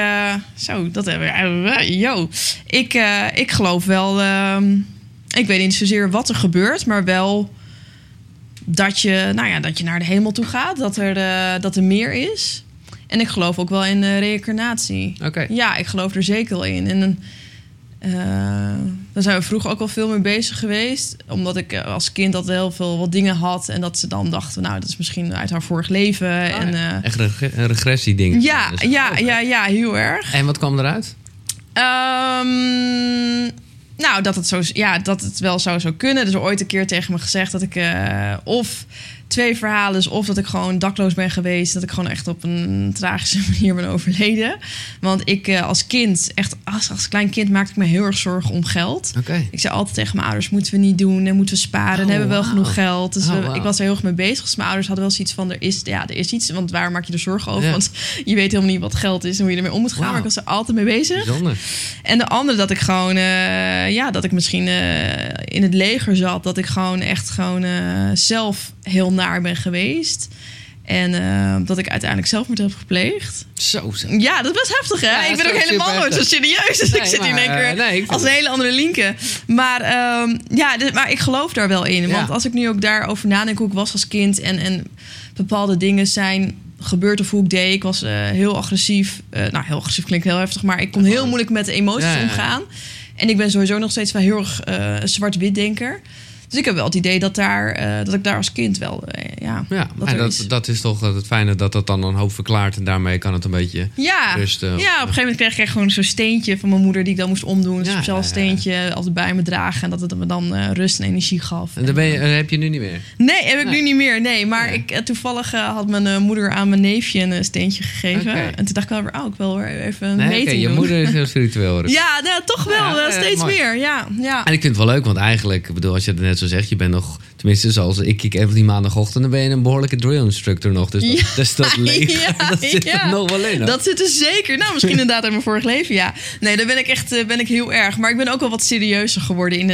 ik geloof wel... ik weet niet zozeer wat er gebeurt, maar wel dat je naar de hemel toe gaat. Dat er meer is. En ik geloof ook wel in reïncarnatie. Okay. Ja, ik geloof er zeker wel in. En daar zijn we vroeger ook al veel mee bezig geweest. Omdat ik als kind altijd heel veel wat dingen had. En dat ze dan dachten, dat is misschien uit haar vorig leven. Echt een regressieding. Ja, heel erg. En wat kwam eruit? Dat het wel zou kunnen. Er is ooit een keer tegen me gezegd dat ik of 2 verhalen. Dus of dat ik gewoon dakloos ben geweest, dat ik gewoon echt op een tragische manier ben overleden. Want ik als kind, echt als klein kind, maakte ik me heel erg zorgen om geld. Okay. Ik zei altijd tegen mijn ouders, moeten we niet doen en moeten we sparen. Dan hebben we wel genoeg geld. Dus ik was er heel erg mee bezig. Dus mijn ouders hadden wel zoiets van, er is iets. Want waar maak je er zorgen over? Ja. Want je weet helemaal niet wat geld is en hoe je ermee om moet gaan. Maar ik was er altijd mee bezig. Bijzonder. En de andere dat ik gewoon, dat ik misschien in het leger zat. Dat ik gewoon echt zelf heel naar ben geweest. En dat ik uiteindelijk zelfmoord heb gepleegd. Zo. Ja, dat is best heftig, hè? Ja, ik ben ook helemaal nooit zo serieus. Dus ik zit hier in één keer als een hele andere linker. Maar, maar ik geloof daar wel in. Want als ik nu ook daarover nadenk hoe ik was als kind... en bepaalde dingen zijn gebeurd of hoe ik deed. Ik was heel agressief. Heel agressief klinkt heel heftig... maar ik kon heel moeilijk met de emoties omgaan. En ik ben sowieso nog steeds wel heel erg zwart-wit denker... Dus ik heb wel het idee dat ik daar als kind wel... dat is toch het fijne dat dat dan een hoop verklaart... en daarmee kan het een beetje rusten. Ja, op een gegeven moment kreeg ik gewoon zo'n steentje van mijn moeder... die ik dan moest omdoen. Een speciaal steentje altijd bij me dragen... en dat het me dan rust en energie gaf. En heb je nu niet meer? Nee, heb ik nu niet meer. Nee, maar toevallig had mijn moeder aan mijn neefje een steentje gegeven. Okay. En toen dacht ik wel weer, ik wil weer even een meting doen. Je moeder is heel spiritueel. Ja, toch wel. Steeds meer. Ja. En ik vind het wel leuk, want eigenlijk... Ik bedoel, als je het net zo zegt, je bent nog... Tenminste, zoals ik die maandagochtend... dan ben je een behoorlijke drill instructor nog. Dus dat leven, dat zit er nog wel in. Dat zit er zeker. Nou, misschien inderdaad uit mijn vorig leven, ja. Nee, daar ben ik heel erg. Maar ik ben ook wel wat serieuzer geworden in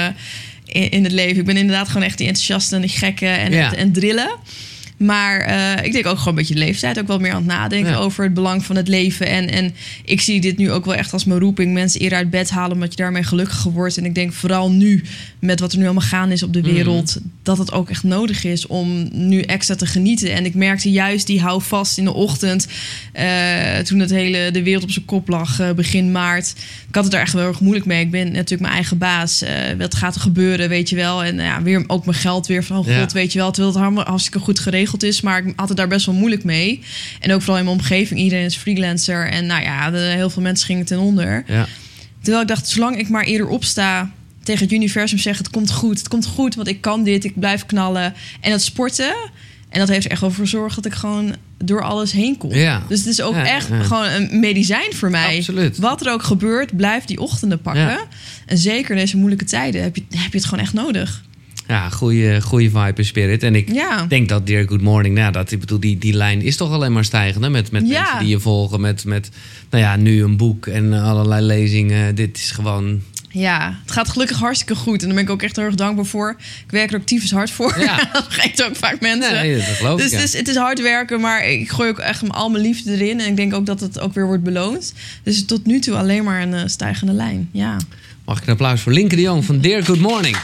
het leven. Ik ben inderdaad gewoon echt die enthousiaste en die gekke en drillen. Maar ik denk ook gewoon een beetje de leeftijd. Ook wel meer aan het nadenken over het belang van het leven. En ik zie dit nu ook wel echt als mijn roeping. Mensen eerder uit bed halen omdat je daarmee gelukkiger wordt. En ik denk vooral nu, met wat er nu allemaal gaande is op de wereld... dat het ook echt nodig is om nu extra te genieten. En ik merkte juist die houvast in de ochtend... toen de wereld op zijn kop lag, begin maart. Ik had het er echt wel erg moeilijk mee. Ik ben natuurlijk mijn eigen baas. Wat gaat er gebeuren, weet je wel. En weer ook mijn geld weer van God, weet je wel. Terwijl het hartstikke goed geregeld is, maar ik had het daar best wel moeilijk mee. En ook vooral in mijn omgeving. Iedereen is freelancer. En heel veel mensen gingen ten onder. Ja. Terwijl ik dacht, zolang ik maar eerder opsta... tegen het universum zeg, het komt goed, want ik kan dit, ik blijf knallen. En dat sporten... En dat heeft er echt wel voor gezorgd dat ik gewoon door alles heen kom. Ja. Dus het is ook echt gewoon een medicijn voor mij. Absoluut. Wat er ook gebeurt, blijf die ochtenden pakken. Ja. En zeker in deze moeilijke tijden heb je het gewoon echt nodig. Ja, goede vibe en spirit. En ik denk dat Dear Good Morning... die lijn is toch alleen maar stijgende... met mensen die je volgen. Met nu een boek en allerlei lezingen. Dit is gewoon... Ja, het gaat gelukkig hartstikke goed. En daar ben ik ook echt heel erg dankbaar voor. Ik werk er ook tyfus hard voor. Ja. Dat vergeet ook vaak mensen. Nee, dat geloof ik. Dus het is hard werken, maar ik gooi ook echt al mijn liefde erin. En ik denk ook dat het ook weer wordt beloond. Dus tot nu toe alleen maar een stijgende lijn. Ja. Mag ik een applaus voor Linke de Jong van Dear Good Morning.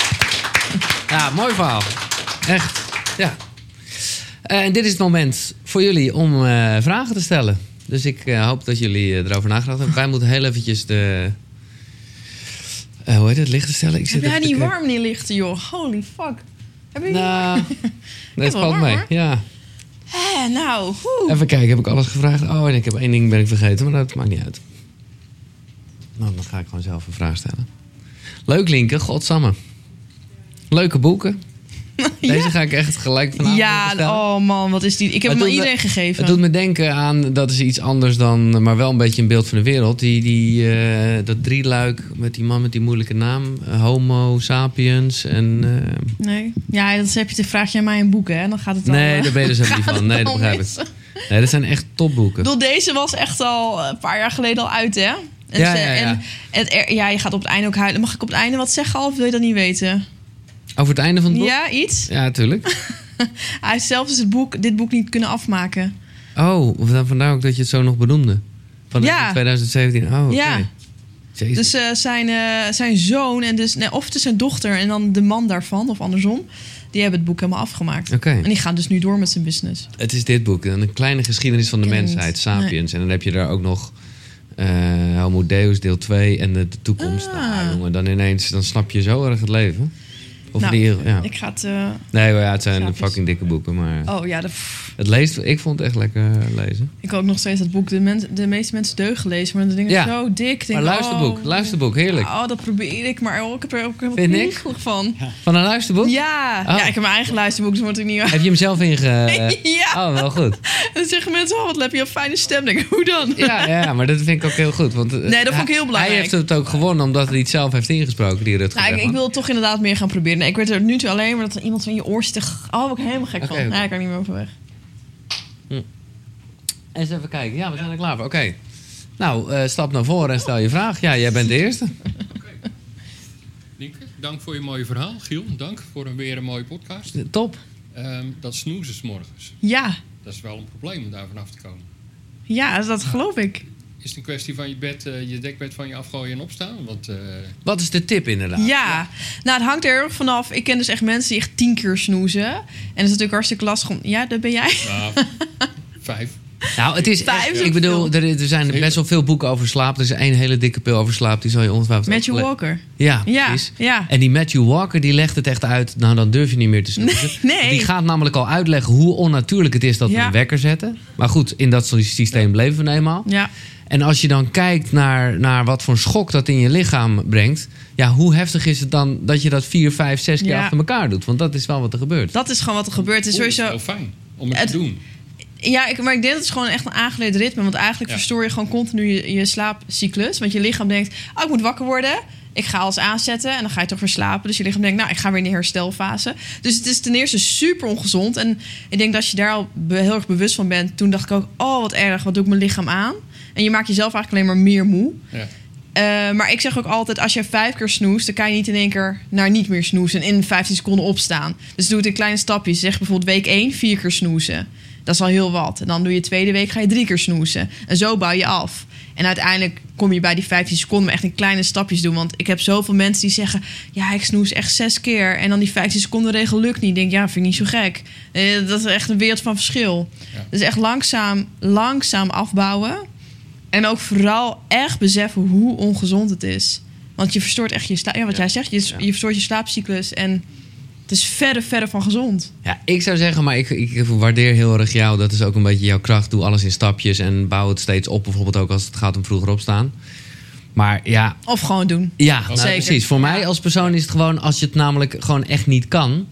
Ja, mooi verhaal. Echt, ja. En dit is het moment voor jullie om vragen te stellen. Dus ik hoop dat jullie erover nagedacht hebben. Wij moeten heel eventjes de... lichten stellen? Heb jij niet warm niet lichten, joh? Holy fuck. Heb je dat valt mee, ja. Nou, even kijken, heb ik alles gevraagd? Oh, en ik heb 1 ding ben ik vergeten, maar dat maakt niet uit. Nou, dan ga ik gewoon zelf een vraag stellen. Leuk, Linke, godsamme. Leuke boeken. Deze ga ik echt gelijk vanavond bestellen. Oh man, wat is die? Ik heb hem aan iedereen gegeven. Het doet me denken aan, dat is iets anders dan... maar wel een beetje een beeld van de wereld. Dat drieluik met die man met die moeilijke naam. Homo sapiens en... Nee, ja, dat vraag je aan mij in boeken, hè? Dan gaat het nee, daar ben je dus helemaal niet van. Nee, dat begrijp ik. Nee, dat zijn echt topboeken. Deze was echt al een paar jaar geleden al uit, hè? Je gaat op het einde ook huilen. Mag ik op het einde wat zeggen of wil je dat niet weten? Over het einde van het boek? Ja, iets. Ja, tuurlijk. Hij heeft zelfs dit boek niet kunnen afmaken. Oh, vandaar ook dat je het zo nog benoemde. Van 2017. Oh, oké. Ja. Jezus. Dus zijn zoon en of het is zijn dochter en dan de man daarvan, of andersom... die hebben het boek helemaal afgemaakt. Okay. En die gaan dus nu door met zijn business. Het is dit boek, een kleine geschiedenis van de mensheid, Sapiens. Nee. En dan heb je daar ook nog... Homo Deus deel 2 en de toekomst. Nou, jongen, dan snap je zo erg het leven. Of nou, ik ga het... nee, ja, het zijn fucking dikke boeken, maar... Oh ja, het leest... Ik vond het echt lekker lezen. Ik heb ook nog steeds dat boek de meeste mensen deugen lezen, maar dat ding is zo dik. Maar luisterboek, heerlijk. Oh, dat probeer ik, maar ik heb er ook helemaal niet van. Van een luisterboek? Ja, ja, ik heb mijn eigen luisterboek, dus moet ik niet... Heb je hem zelf Ja. Oh, wel goed. En dan zeggen mensen, wat heb je een fijne stem. Denk ik, hoe dan? Ja, maar dat vind ik ook heel goed. Want nee, dat vond ik heel belangrijk. Hij heeft het ook gewonnen, omdat hij het zelf heeft ingesproken, die Rutger. Ik wil het toch inderdaad meer gaan proberen. Nee, ik weet er nu toe alleen maar dat er iemand in je oor zit. Oh, ik helemaal gek van. Nee, ik kan niet meer overweg. Eens even kijken. Ja, we zijn er klaar voor. Oké. Nou, stap naar voren en stel je vraag. Ja, jij bent de eerste. Nienke, dank voor je mooie verhaal. Giel, dank voor weer een mooie podcast. Top. Dat snoezen 's morgens. Ja. Dat is wel een probleem om daar vanaf te komen. Ja, dat geloof ik. Is het een kwestie van je dekbed van je afgooien en opstaan? Want, wat is de tip inderdaad? Ja, nou het hangt er heel erg vanaf. Ik ken dus echt mensen die echt 10 keer snoezen. En dat is natuurlijk hartstikke lastig om... Ja, dat ben jij. Nou, 5. Nou, het is echt, ik bedoel, er zijn best wel veel boeken over slaap. Er is 1 hele dikke pil over slaap. Die zal je ongetwijfeld... Matthew Walker. Ja, precies. Ja. En die Matthew Walker, die legt het echt uit. Nou, dan durf je niet meer te snoezen. Nee. Die gaat namelijk al uitleggen hoe onnatuurlijk het is dat we een wekker zetten. Maar goed, in dat systeem bleven we eenmaal. Ja. En als je dan kijkt naar wat voor schok dat in je lichaam brengt... Ja, hoe heftig is het dan dat je dat 4, 5, 6 keer achter elkaar doet? Want dat is wel wat er gebeurt. Dat is gewoon wat er gebeurt. Het is sowieso... Het is wel fijn om het te doen. Ja, maar ik denk dat het is gewoon echt een aangeleerd ritme. Want eigenlijk verstoor je gewoon continu je slaapcyclus. Want je lichaam denkt, ik moet wakker worden. Ik ga alles aanzetten en dan ga je toch weer slapen. Dus je lichaam denkt, ik ga weer in de herstelfase. Dus het is ten eerste super ongezond. En ik denk dat als je daar al heel erg bewust van bent... Toen dacht ik ook, wat erg, wat doe ik mijn lichaam aan? En je maakt jezelf eigenlijk alleen maar meer moe. Ja. Maar ik zeg ook altijd, als je 5 keer snoest... dan kan je niet in één keer naar niet meer snoezen... en in 15 seconden opstaan. Dus doe het in kleine stapjes. Zeg bijvoorbeeld week 1, 4 keer snoezen. Dat is al heel wat. En dan doe je tweede week, ga je 3 keer snoezen. En zo bouw je af. En uiteindelijk kom je bij die 15 seconden... maar echt in kleine stapjes doen. Want ik heb zoveel mensen die zeggen... ja, ik snoes echt 6 keer... en dan die 15 seconden regel lukt niet. Ik denk, vind ik niet zo gek. Dat is echt een wereld van verschil. Ja. Dus echt langzaam afbouwen... En ook vooral echt beseffen hoe ongezond het is. Want je verstoort echt je slaap. Ja, wat jij zegt, je verstoort je slaapcyclus. En het is verre van gezond. Ja, ik zou zeggen, maar ik waardeer heel erg jou. Dat is ook een beetje jouw kracht. Doe alles in stapjes en bouw het steeds op. Bijvoorbeeld ook als het gaat om vroeger opstaan. Maar ja... Of gewoon doen. Ja, precies. Voor mij als persoon is het gewoon... als je het namelijk gewoon echt niet kan...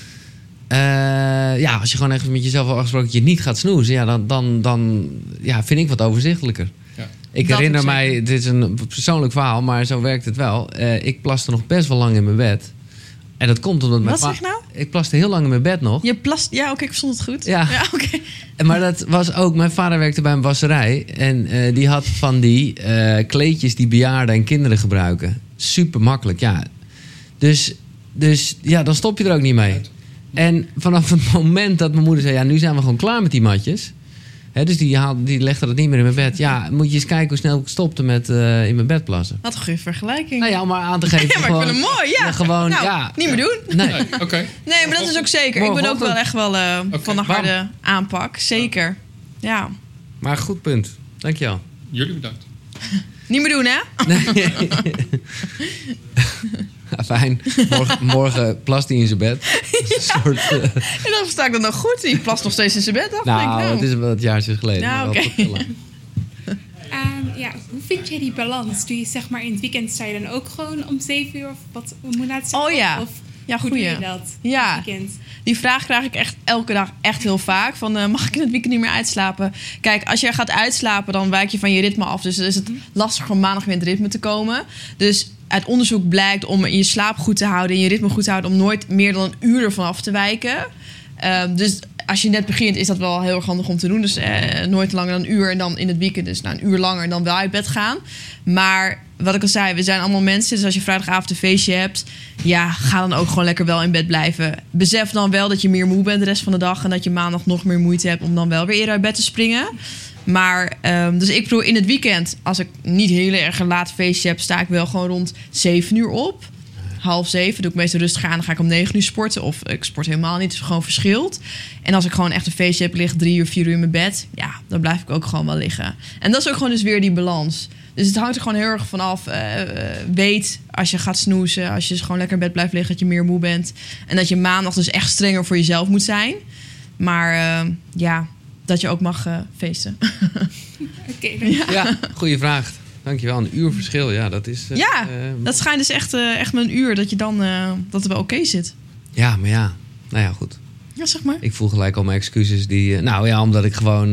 als je gewoon echt met jezelf al afgesproken... dat je niet gaat snoezen... dan vind ik wat overzichtelijker. Ja. Ik herinner mij, dit is een persoonlijk verhaal, maar zo werkt het wel. Ik plaste nog best wel lang in mijn bed. En dat komt omdat Wat zeg nou? Ik plaste heel lang in mijn bed nog. Je plast? Ja, oké, ik verstond het goed. Ja, oké. Maar dat was ook... Mijn vader werkte bij een wasserij. En die had van die kleedjes die bejaarden en kinderen gebruiken. Super makkelijk, ja. Dus dan stop je er ook niet mee. En vanaf het moment dat mijn moeder zei... ja, nu zijn we gewoon klaar met die matjes... dus die legde dat niet meer in mijn bed. Ja, moet je eens kijken hoe snel ik stopte met in mijn bed plassen. Wat een goede vergelijking. Nou ja, om maar aan te geven. Ja, maar gewoon, ik vind het mooi. Ja, gewoon, niet meer doen. Nee. Okay. Nee, maar dat is ook zeker. Ik ben ook wel echt wel van de harde aanpak. Zeker. Ja. Maar goed punt. Dankjewel. Jullie bedankt. Niet meer doen, hè? Nee. Fijn. Morgen plast hij in zijn bed. Ja. En dan sta ik dan nog goed. Die plast nog steeds in zijn bed af. Nou, het is wel het jaartjes geleden. Nou, oké. Hoe vind jij die balans? Doe je zeg maar in het weekend sta je dan ook gewoon om 7 uur of wat? Hoe laat Oh ja. Of ja, hoe doe je dat? Ja. Die vraag krijg ik echt elke dag echt heel vaak. Van mag ik in het weekend niet meer uitslapen? Kijk, als je gaat uitslapen, dan wijk je van je ritme af. Dus dan is het lastig om maandag weer in het ritme te komen. Dus uit onderzoek blijkt om je slaap goed te houden en je ritme goed te houden, om nooit meer dan een uur ervan af te wijken. Dus als je net begint, is dat wel heel erg handig om te doen. Dus nooit langer dan een uur en dan in het weekend dus een uur langer dan wel uit bed gaan. Maar wat ik al zei, we zijn allemaal mensen. Dus als je vrijdagavond een feestje hebt, ja, ga dan ook gewoon lekker wel in bed blijven. Besef dan wel dat je meer moe bent de rest van de dag en dat je maandag nog meer moeite hebt om dan wel weer eerder uit bed te springen. Maar, dus ik probeer in het weekend, als ik niet heel erg een laat feestje heb, sta ik wel gewoon rond 7 uur op. 6:30 doe ik meestal rustig aan. Dan ga ik om 9 uur sporten. Of ik sport helemaal niet. Het is gewoon verschilt. En als ik gewoon echt een feestje heb, lig 3 uur, 4 uur in mijn bed. Ja, dan blijf ik ook gewoon wel liggen. En dat is ook gewoon dus weer die balans. Dus het hangt er gewoon heel erg vanaf. Weet als je gaat snoezen, als je gewoon lekker in bed blijft liggen, dat je meer moe bent. En dat je maandag dus echt strenger voor jezelf moet zijn. Maar dat je ook mag feesten. Oké. Ja, goede vraag. Dankjewel. Een uur verschil, ja, dat is... dat schijnt dus echt met een uur dat je dan dat het wel oké zit. Ja, maar ja. Nou ja, goed. Ja, zeg maar. Ik voel gelijk al mijn excuses die... omdat ik gewoon...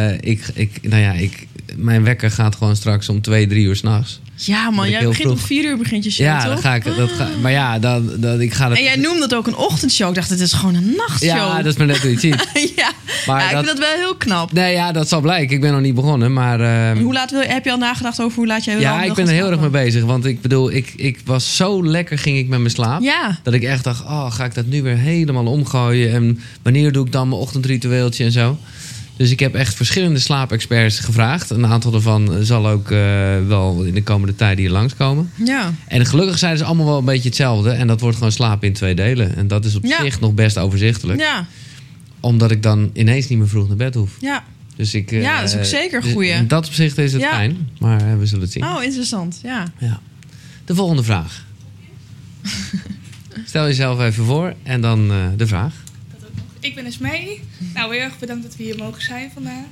mijn wekker gaat gewoon straks om 2-3 uur 's nachts. Ja, man, jij begint om 4 uur begint je show, ja, toch? Dan ga ik... maar ja, ik ga... En jij noemde dat ook een ochtendshow. Ik dacht, het is gewoon een nachtshow. Ja, dat is maar net hoe je het ziet. Maar ik vind dat wel heel knap. Nee, ja, dat zal blijken. Ik ben nog niet begonnen, maar... Hoe laat heb je al nagedacht over hoe laat jij... Ja, ik ben er heel erg mee bezig. Want ik bedoel, ik was zo lekker ging ik met mijn slaap. Ja. Dat ik echt dacht, ga ik dat nu weer helemaal omgooien? En wanneer doe ik dan mijn ochtendritueeltje en zo? Dus ik heb echt verschillende slaapexperts gevraagd. Een aantal daarvan zal ook wel in de komende tijd hier langskomen. Ja. En gelukkig zijn ze allemaal wel een beetje hetzelfde. En dat wordt gewoon slapen in 2 delen. En dat is op zich nog best overzichtelijk. Ja. Omdat ik dan ineens niet meer vroeg naar bed hoef. Ja. Dus dat is ook zeker een goeie. In dat opzicht is het fijn. Maar we zullen het zien. Oh, interessant. Ja. De volgende vraag. Stel jezelf even voor en dan de vraag. Ik ben Esmee. Nou, heel erg bedankt dat we hier mogen zijn vandaag.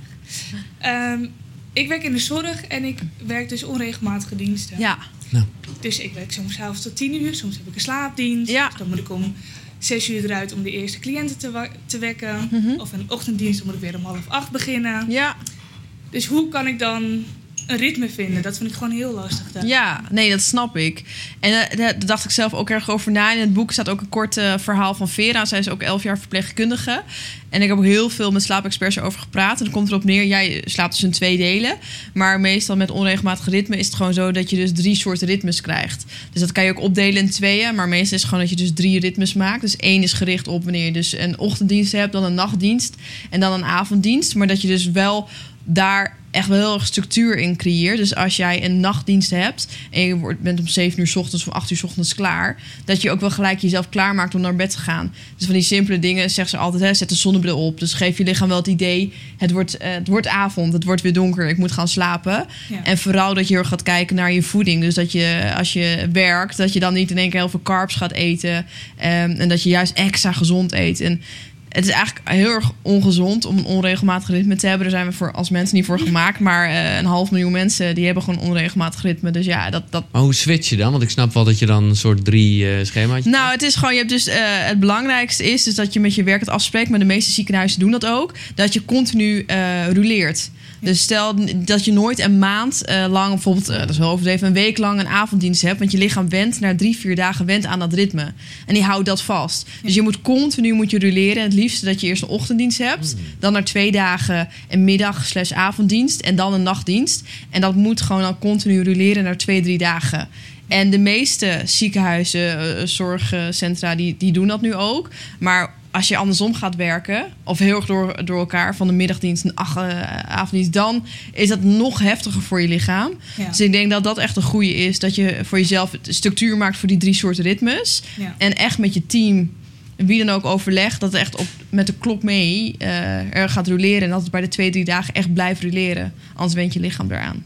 Ik werk in de zorg en ik werk dus onregelmatige diensten. Ja. Nou. Dus ik werk soms 's avonds tot 10 uur, soms heb ik een slaapdienst. Ja. Dus dan moet ik om 6 uur eruit om de eerste cliënten te wekken. Mm-hmm. Of een ochtenddienst, dan moet ik weer om 7:30 beginnen. Ja. Dus hoe kan ik dan een ritme vinden? Dat vind ik gewoon heel lastig. Ja, nee, dat snap ik. En daar dacht ik zelf ook erg over na. In het boek staat ook een kort verhaal van Vera. Zij is ook 11 jaar verpleegkundige. En ik heb ook heel veel met slaapexperts over gepraat. En dan komt erop neer, jij slaapt dus in 2 delen. Maar meestal met onregelmatig ritme is het gewoon zo dat je dus 3 soorten ritmes krijgt. Dus dat kan je ook opdelen in 2. Maar meestal is het gewoon dat je dus 3 ritmes maakt. Dus 1 is gericht op wanneer je dus een ochtenddienst hebt, dan een nachtdienst en dan een avonddienst. Maar dat je dus wel daar echt wel heel erg structuur in creëert. Dus als jij een nachtdienst hebt en je bent om 7 uur 's ochtends of 8 uur 's ochtends klaar, dat je ook wel gelijk jezelf klaarmaakt om naar bed te gaan. Dus van die simpele dingen zeggen ze altijd, zet een zonnebril op. Dus geef je lichaam wel het idee, het wordt avond, het wordt weer donker, ik moet gaan slapen. Ja. En vooral dat je heel erg gaat kijken naar je voeding. Dus dat je, als je werkt, dat je dan niet in één keer heel veel carbs gaat eten. En dat je juist extra gezond eet. En het is eigenlijk heel erg ongezond om een onregelmatig ritme te hebben. Daar zijn we als mensen niet voor gemaakt. Maar 500.000 mensen die hebben gewoon een onregelmatig ritme. Dus ja, dat... Maar hoe switch je dan? Want ik snap wel dat je dan een soort 3 schemaatjes Nou, het is gewoon, je hebt dus het belangrijkste is dus dat je met je werk het afspreekt. Maar de meeste ziekenhuizen doen dat ook. Dat je continu ruleert. Dus stel dat je nooit een maand lang, bijvoorbeeld, dat is wel overdreven, een week lang een avonddienst hebt. Want je lichaam went na 3-4 dagen went aan dat ritme. En die houdt dat vast. Dus je moet continu ruleren. En het liefste dat je eerst een ochtenddienst hebt. Dan na 2 dagen een middag/avonddienst. En dan een nachtdienst. En dat moet gewoon dan continu ruleren naar 2-3 dagen. En de meeste ziekenhuizen, zorgcentra, die doen dat nu ook. Maar als je andersom gaat werken, of heel erg door elkaar, van de middagdienst en avonddienst, dan is dat nog heftiger voor je lichaam. Ja. Dus ik denk dat dat echt een goede is, dat je voor jezelf structuur maakt voor die 3 soorten ritmes. Ja. En echt met je team, wie dan ook overlegt, dat het echt met de klok mee er gaat roleren. En dat het bij de 2-3 dagen echt blijft roleren. Anders went je lichaam eraan.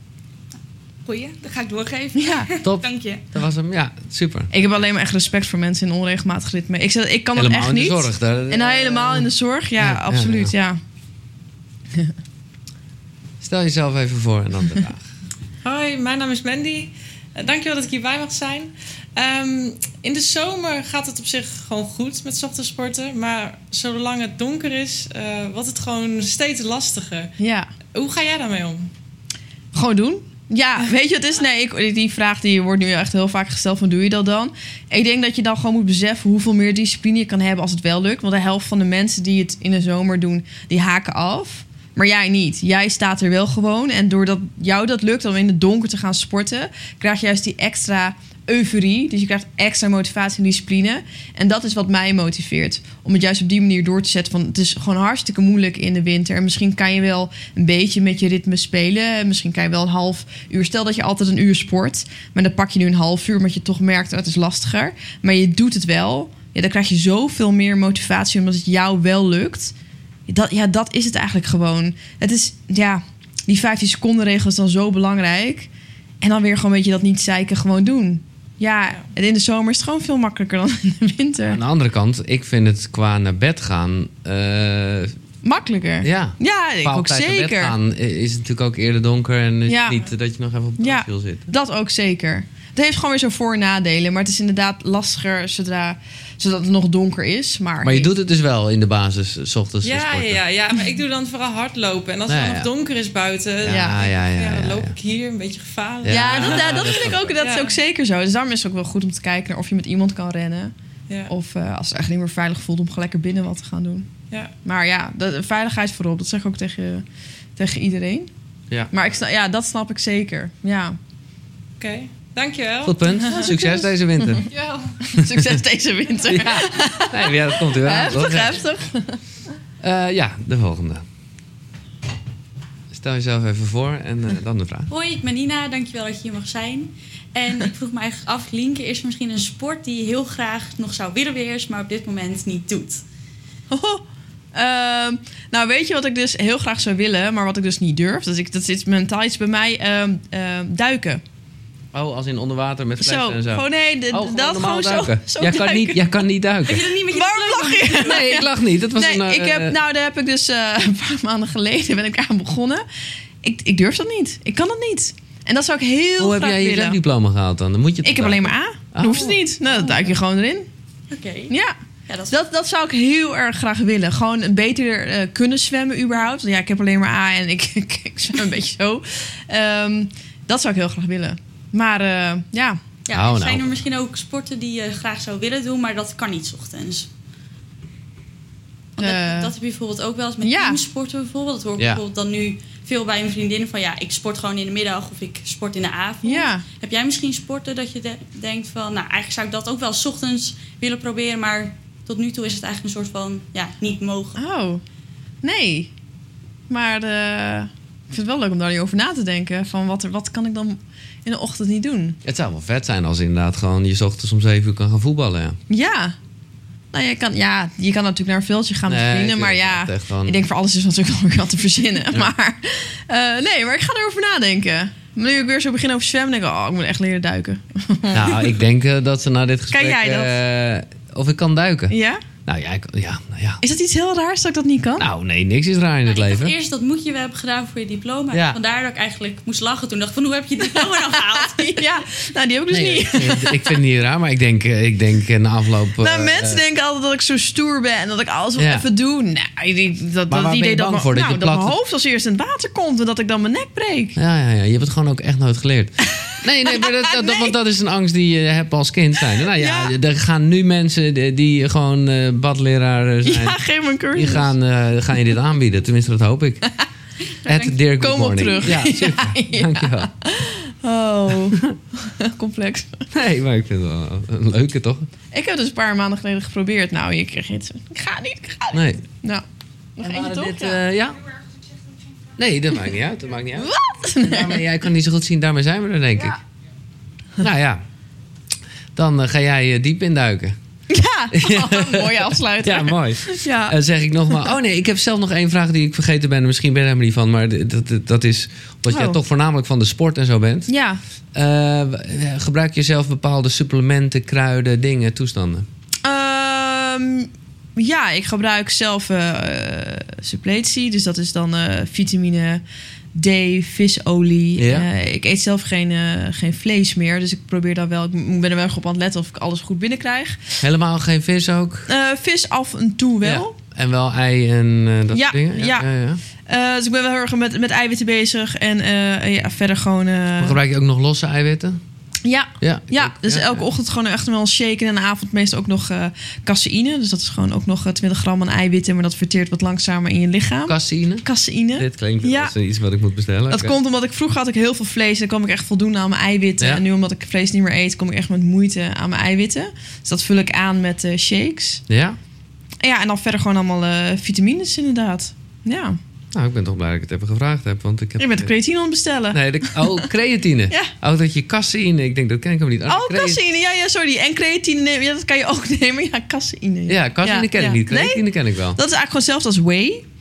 Goeie, dat ga ik doorgeven. Ja, top. Dank je. Dat was hem, ja, super. Ik heb alleen maar echt respect voor mensen in onregelmatig ritme. Ik kan helemaal dat echt niet. Helemaal in de zorg. En helemaal in de zorg, ja, absoluut, ja. Stel jezelf even voor en dan de vraag. Hoi, mijn naam is Mandy. Dankjewel dat ik hierbij mag zijn. In de zomer gaat het op zich gewoon goed met 's ochtends sporten. Maar zolang het donker is, wordt het gewoon steeds lastiger. Ja. Hoe ga jij daarmee om? Gewoon doen. Ja, weet je, het is... Nee, die vraag die wordt nu echt heel vaak gesteld van, doe je dat dan? Ik denk dat je dan gewoon moet beseffen hoeveel meer discipline je kan hebben als het wel lukt. Want de helft van de mensen die het in de zomer doen, die haken af. Maar jij niet. Jij staat er wel gewoon. En doordat jou dat lukt om in het donker te gaan sporten, krijg je juist die extra euforie. Dus je krijgt extra motivatie en discipline. En dat is wat mij motiveert. Om het juist op die manier door te zetten. Van, het is gewoon hartstikke moeilijk in de winter. En misschien kan je wel een beetje met je ritme spelen. Misschien kan je wel een half uur. Stel dat je altijd een uur sport. Maar dan pak je nu een half uur. Omdat je toch merkt dat het is lastiger. Maar je doet het wel. Ja, dan krijg je zoveel meer motivatie. Omdat het jou wel lukt. Dat is het eigenlijk gewoon. Het is, ja, die 15 seconden regel is dan zo belangrijk. En dan weer gewoon een beetje dat niet zeiken, gewoon doen. Ja, en in de zomer is het gewoon veel makkelijker dan in de winter. Aan de andere kant, ik vind het qua naar bed gaan... makkelijker. Ja, ik ook zeker. Naar bed gaan is het natuurlijk ook eerder donker... en is het niet dat je nog even op de wil zitten. Dat ook zeker. Het heeft gewoon weer zo'n voor- en nadelen. Maar het is inderdaad lastiger zodat het nog donker is. Maar je doet het dus wel in de basis, 's ochtends sporten. Ja, maar ik doe dan vooral hardlopen. En als het dan nog donker is buiten... dan loop ik hier een beetje gevaarlijk. Ja, dat vind ik ook. Dat is ook zeker zo. Dus daarom is het ook wel goed om te kijken naar of je met iemand kan rennen. Ja. Of als het echt niet meer veilig voelt om gewoon lekker binnen wat te gaan doen. Ja. Maar de veiligheid voorop. Dat zeg ik ook tegen iedereen. Ja. Maar dat snap ik zeker. Ja. Oké. Dankjewel. Goed punt. Succes deze winter. Ja. Succes deze winter. Ja, dat komt u wel. Heftig. De volgende. Stel jezelf even voor en dan de vraag. Hoi, ik ben Nina. Dankjewel dat je hier mag zijn. En ik vroeg me eigenlijk af, Lienke, is er misschien een sport die je heel graag nog zou willen beheersen, maar op dit moment niet doet? Nou, weet je wat ik dus heel graag zou willen, maar wat ik dus niet durf? Dat zit mentaal iets bij mij. Duiken. Oh, als in onder water met flessen en zo. Gewoon dat gewoon duiken. Zo jij kan niet duiken. Heb je dat niet met je Waarom lach je? Nee, ik lach niet. Dat was daar heb ik dus een paar maanden geleden ben ik aan begonnen. Ik durf dat niet. Ik kan dat niet. En dat zou ik heel graag willen. Hoe heb jij je diploma gehaald dan? Moet je ik heb alleen maar A. Dan hoeft het niet. Nou, dan duik je gewoon erin. Oké. Ja. Dat zou ik heel erg graag willen. gewoon beter kunnen zwemmen überhaupt. Ja, ik heb alleen maar A en ik zwem een beetje zo. Dat zou ik heel graag willen. Maar ja. Ja, zijn er misschien ook sporten die je graag zou willen doen, maar dat kan niet 's ochtends? Want dat heb je bijvoorbeeld ook wel eens met teamsporten bijvoorbeeld. Dat hoor ik bijvoorbeeld dan nu veel bij mijn vriendinnen van ik sport gewoon in de middag of ik sport in de avond. Ja. Heb jij misschien sporten dat je denkt van, nou eigenlijk zou ik dat ook wel 's ochtends willen proberen, maar tot nu toe is het eigenlijk een soort van niet mogelijk. Oh, nee. Maar ik vind het wel leuk om daar niet over na te denken. Van wat kan ik dan in de ochtend niet doen? Het zou wel vet zijn als inderdaad gewoon je 's ochtends om 7 uur kan gaan voetballen. Ja. Nou, je kan natuurlijk naar een veldje gaan met vrienden. Maar ik denk voor alles is natuurlijk nog wat te verzinnen. Ja. Maar ik ga erover nadenken. Nu ik weer zo begin over zwemmen, denk ik, ik moet echt leren duiken. Nou, ik denk dat ze na dit gesprek... Kan jij dat? Of ik kan duiken. Ja? Nou ja. Is dat iets heel raars dat ik dat niet kan? Nou, nee, niks is raar in het leven. Ik dacht eerst dat moet je wel hebben gedaan voor je diploma. Ja. Vandaar dat ik eigenlijk moest lachen. Toen dacht ik van, hoe heb je je diploma dan gehaald? Ja, nou, die heb ik dus niet. Ik vind het niet raar, maar ik denk na afloop... mensen denken altijd dat ik zo stoer ben en dat ik alles even doe. Nou, dat idee dat mijn hoofd als eerst in het water komt en dat ik dan mijn nek breek. Ja, je hebt het gewoon ook echt nooit geleerd. Nee, maar want dat is een angst die je hebt als kind zijn. Nou er gaan nu mensen die gewoon badleraar zijn. Ja, geef me een cursus. Die gaan je dit aanbieden. Tenminste, dat hoop ik. Kom op terug. Ja, super. Ja. Dankjewel. Oh, complex. Nee, maar ik vind het wel een leuke, toch? Ik heb dus een paar maanden geleden geprobeerd. Nou, je kreeg het. Ik ga niet. Nee. Nou, nog eentje toch? Ja? Nee, dat maakt niet uit. Wat? Nee. Jij kan niet zo goed zien, daarmee zijn we er, denk ik. Nou ja, dan ga jij diep induiken. Ja, mooie afsluiter. Ja, mooi. Ja. Zeg ik nog maar. Oh nee, ik heb zelf nog 1 vraag die ik vergeten ben. Misschien ben je er helemaal niet van. Maar dat is omdat jij toch voornamelijk van de sport en zo bent. Ja. Gebruik je zelf bepaalde supplementen, kruiden, dingen, toestanden? Ja, ik gebruik zelf suppletie. Dus dat is dan vitamine D, visolie. Ja. Ik eet zelf geen vlees meer. Dus ik probeer daar wel... Ik ben er wel op aan het letten of ik alles goed binnenkrijg. Helemaal geen vis ook? Vis af en toe wel. Ja. En wel ei en dat soort dingen? Ja. Dus ik ben wel heel erg met eiwitten bezig. En verder gewoon... Maar gebruik je ook nog losse eiwitten? Ja, dus elke ochtend gewoon echt wel een shake en de avond meestal ook nog caseïne. Dus dat is gewoon ook nog 20 gram aan eiwitten, maar dat verteert wat langzamer in je lichaam. Caseïne. Dit klinkt als iets wat ik moet bestellen. Dat komt omdat vroeger had ik heel veel vlees en dan kwam ik echt voldoende aan mijn eiwitten. Ja. En nu omdat ik vlees niet meer eet, kom ik echt met moeite aan mijn eiwitten. Dus dat vul ik aan met shakes. Ja? Ja, en dan verder gewoon allemaal vitamines inderdaad. Ja. Nou, ik ben toch blij dat ik het even gevraagd heb. Want ik heb, je bent creatine aan het bestellen. Nee, creatine. Ja. Oh, dat je caseïne. Ik denk, dat ken ik hem niet. Caseïne. Ja, sorry. En creatine nemen. Ja, dat kan je ook nemen. Ja, caseïne. Ja, caseïne ken ik niet. Creatine ken ik wel. Dat is eigenlijk gewoon hetzelfde als whey.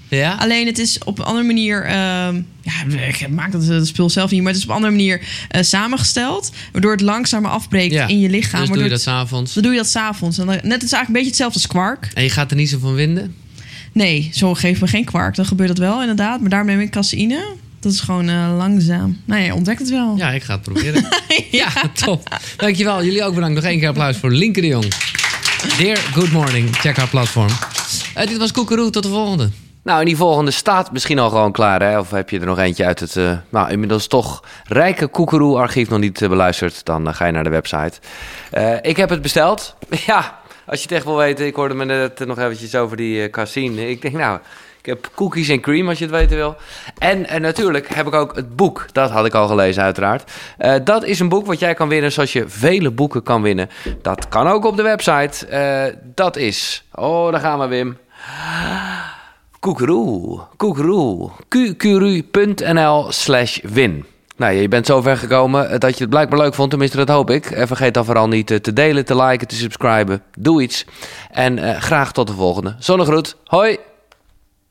Ja? Alleen het is op een andere manier... ik maak het spul zelf niet, maar het is op een andere manier samengesteld. Waardoor het langzamer afbreekt in je lichaam. Dus doe je dat 's avonds? Dan doe je dat 's avonds. En het is eigenlijk een beetje hetzelfde als kwark. En je gaat er niet zo van winden? Nee, zo geef me geen kwark. Dan gebeurt dat wel inderdaad. Maar daarom neem ik caseïne. Dat is gewoon langzaam. Nou ja, je ontdekt het wel. Ja, ik ga het proberen. ja, top. Dankjewel. Jullie ook bedankt. Nog 1 keer applaus voor Linke de Jong. Dear Good Morning. Check haar platform. Dit was Koekeroe. Tot de volgende. Nou, en die volgende staat misschien al gewoon klaar, hè? Of heb je er nog eentje uit het inmiddels toch rijke Koekeroe-archief nog niet beluisterd? Dan ga je naar de website. Ik heb het besteld. Ja, als je het echt wil weten. Ik hoorde me net nog eventjes over die caseïne. Ik denk, ik heb cookies en cream, als je het weten wil. En natuurlijk heb ik ook het boek. Dat had ik al gelezen, uiteraard. Dat is een boek wat jij kan winnen zoals je vele boeken kan winnen. Dat kan ook op de website. Dat is... Oh, daar gaan we, Wim. Koekeroe. qqru.nl/win. Nou, je bent zover gekomen dat je het blijkbaar leuk vond. Tenminste, dat hoop ik. En vergeet dan vooral niet te delen, te liken, te subscriben. Doe iets. En graag tot de volgende. Zonnegroet. Hoi!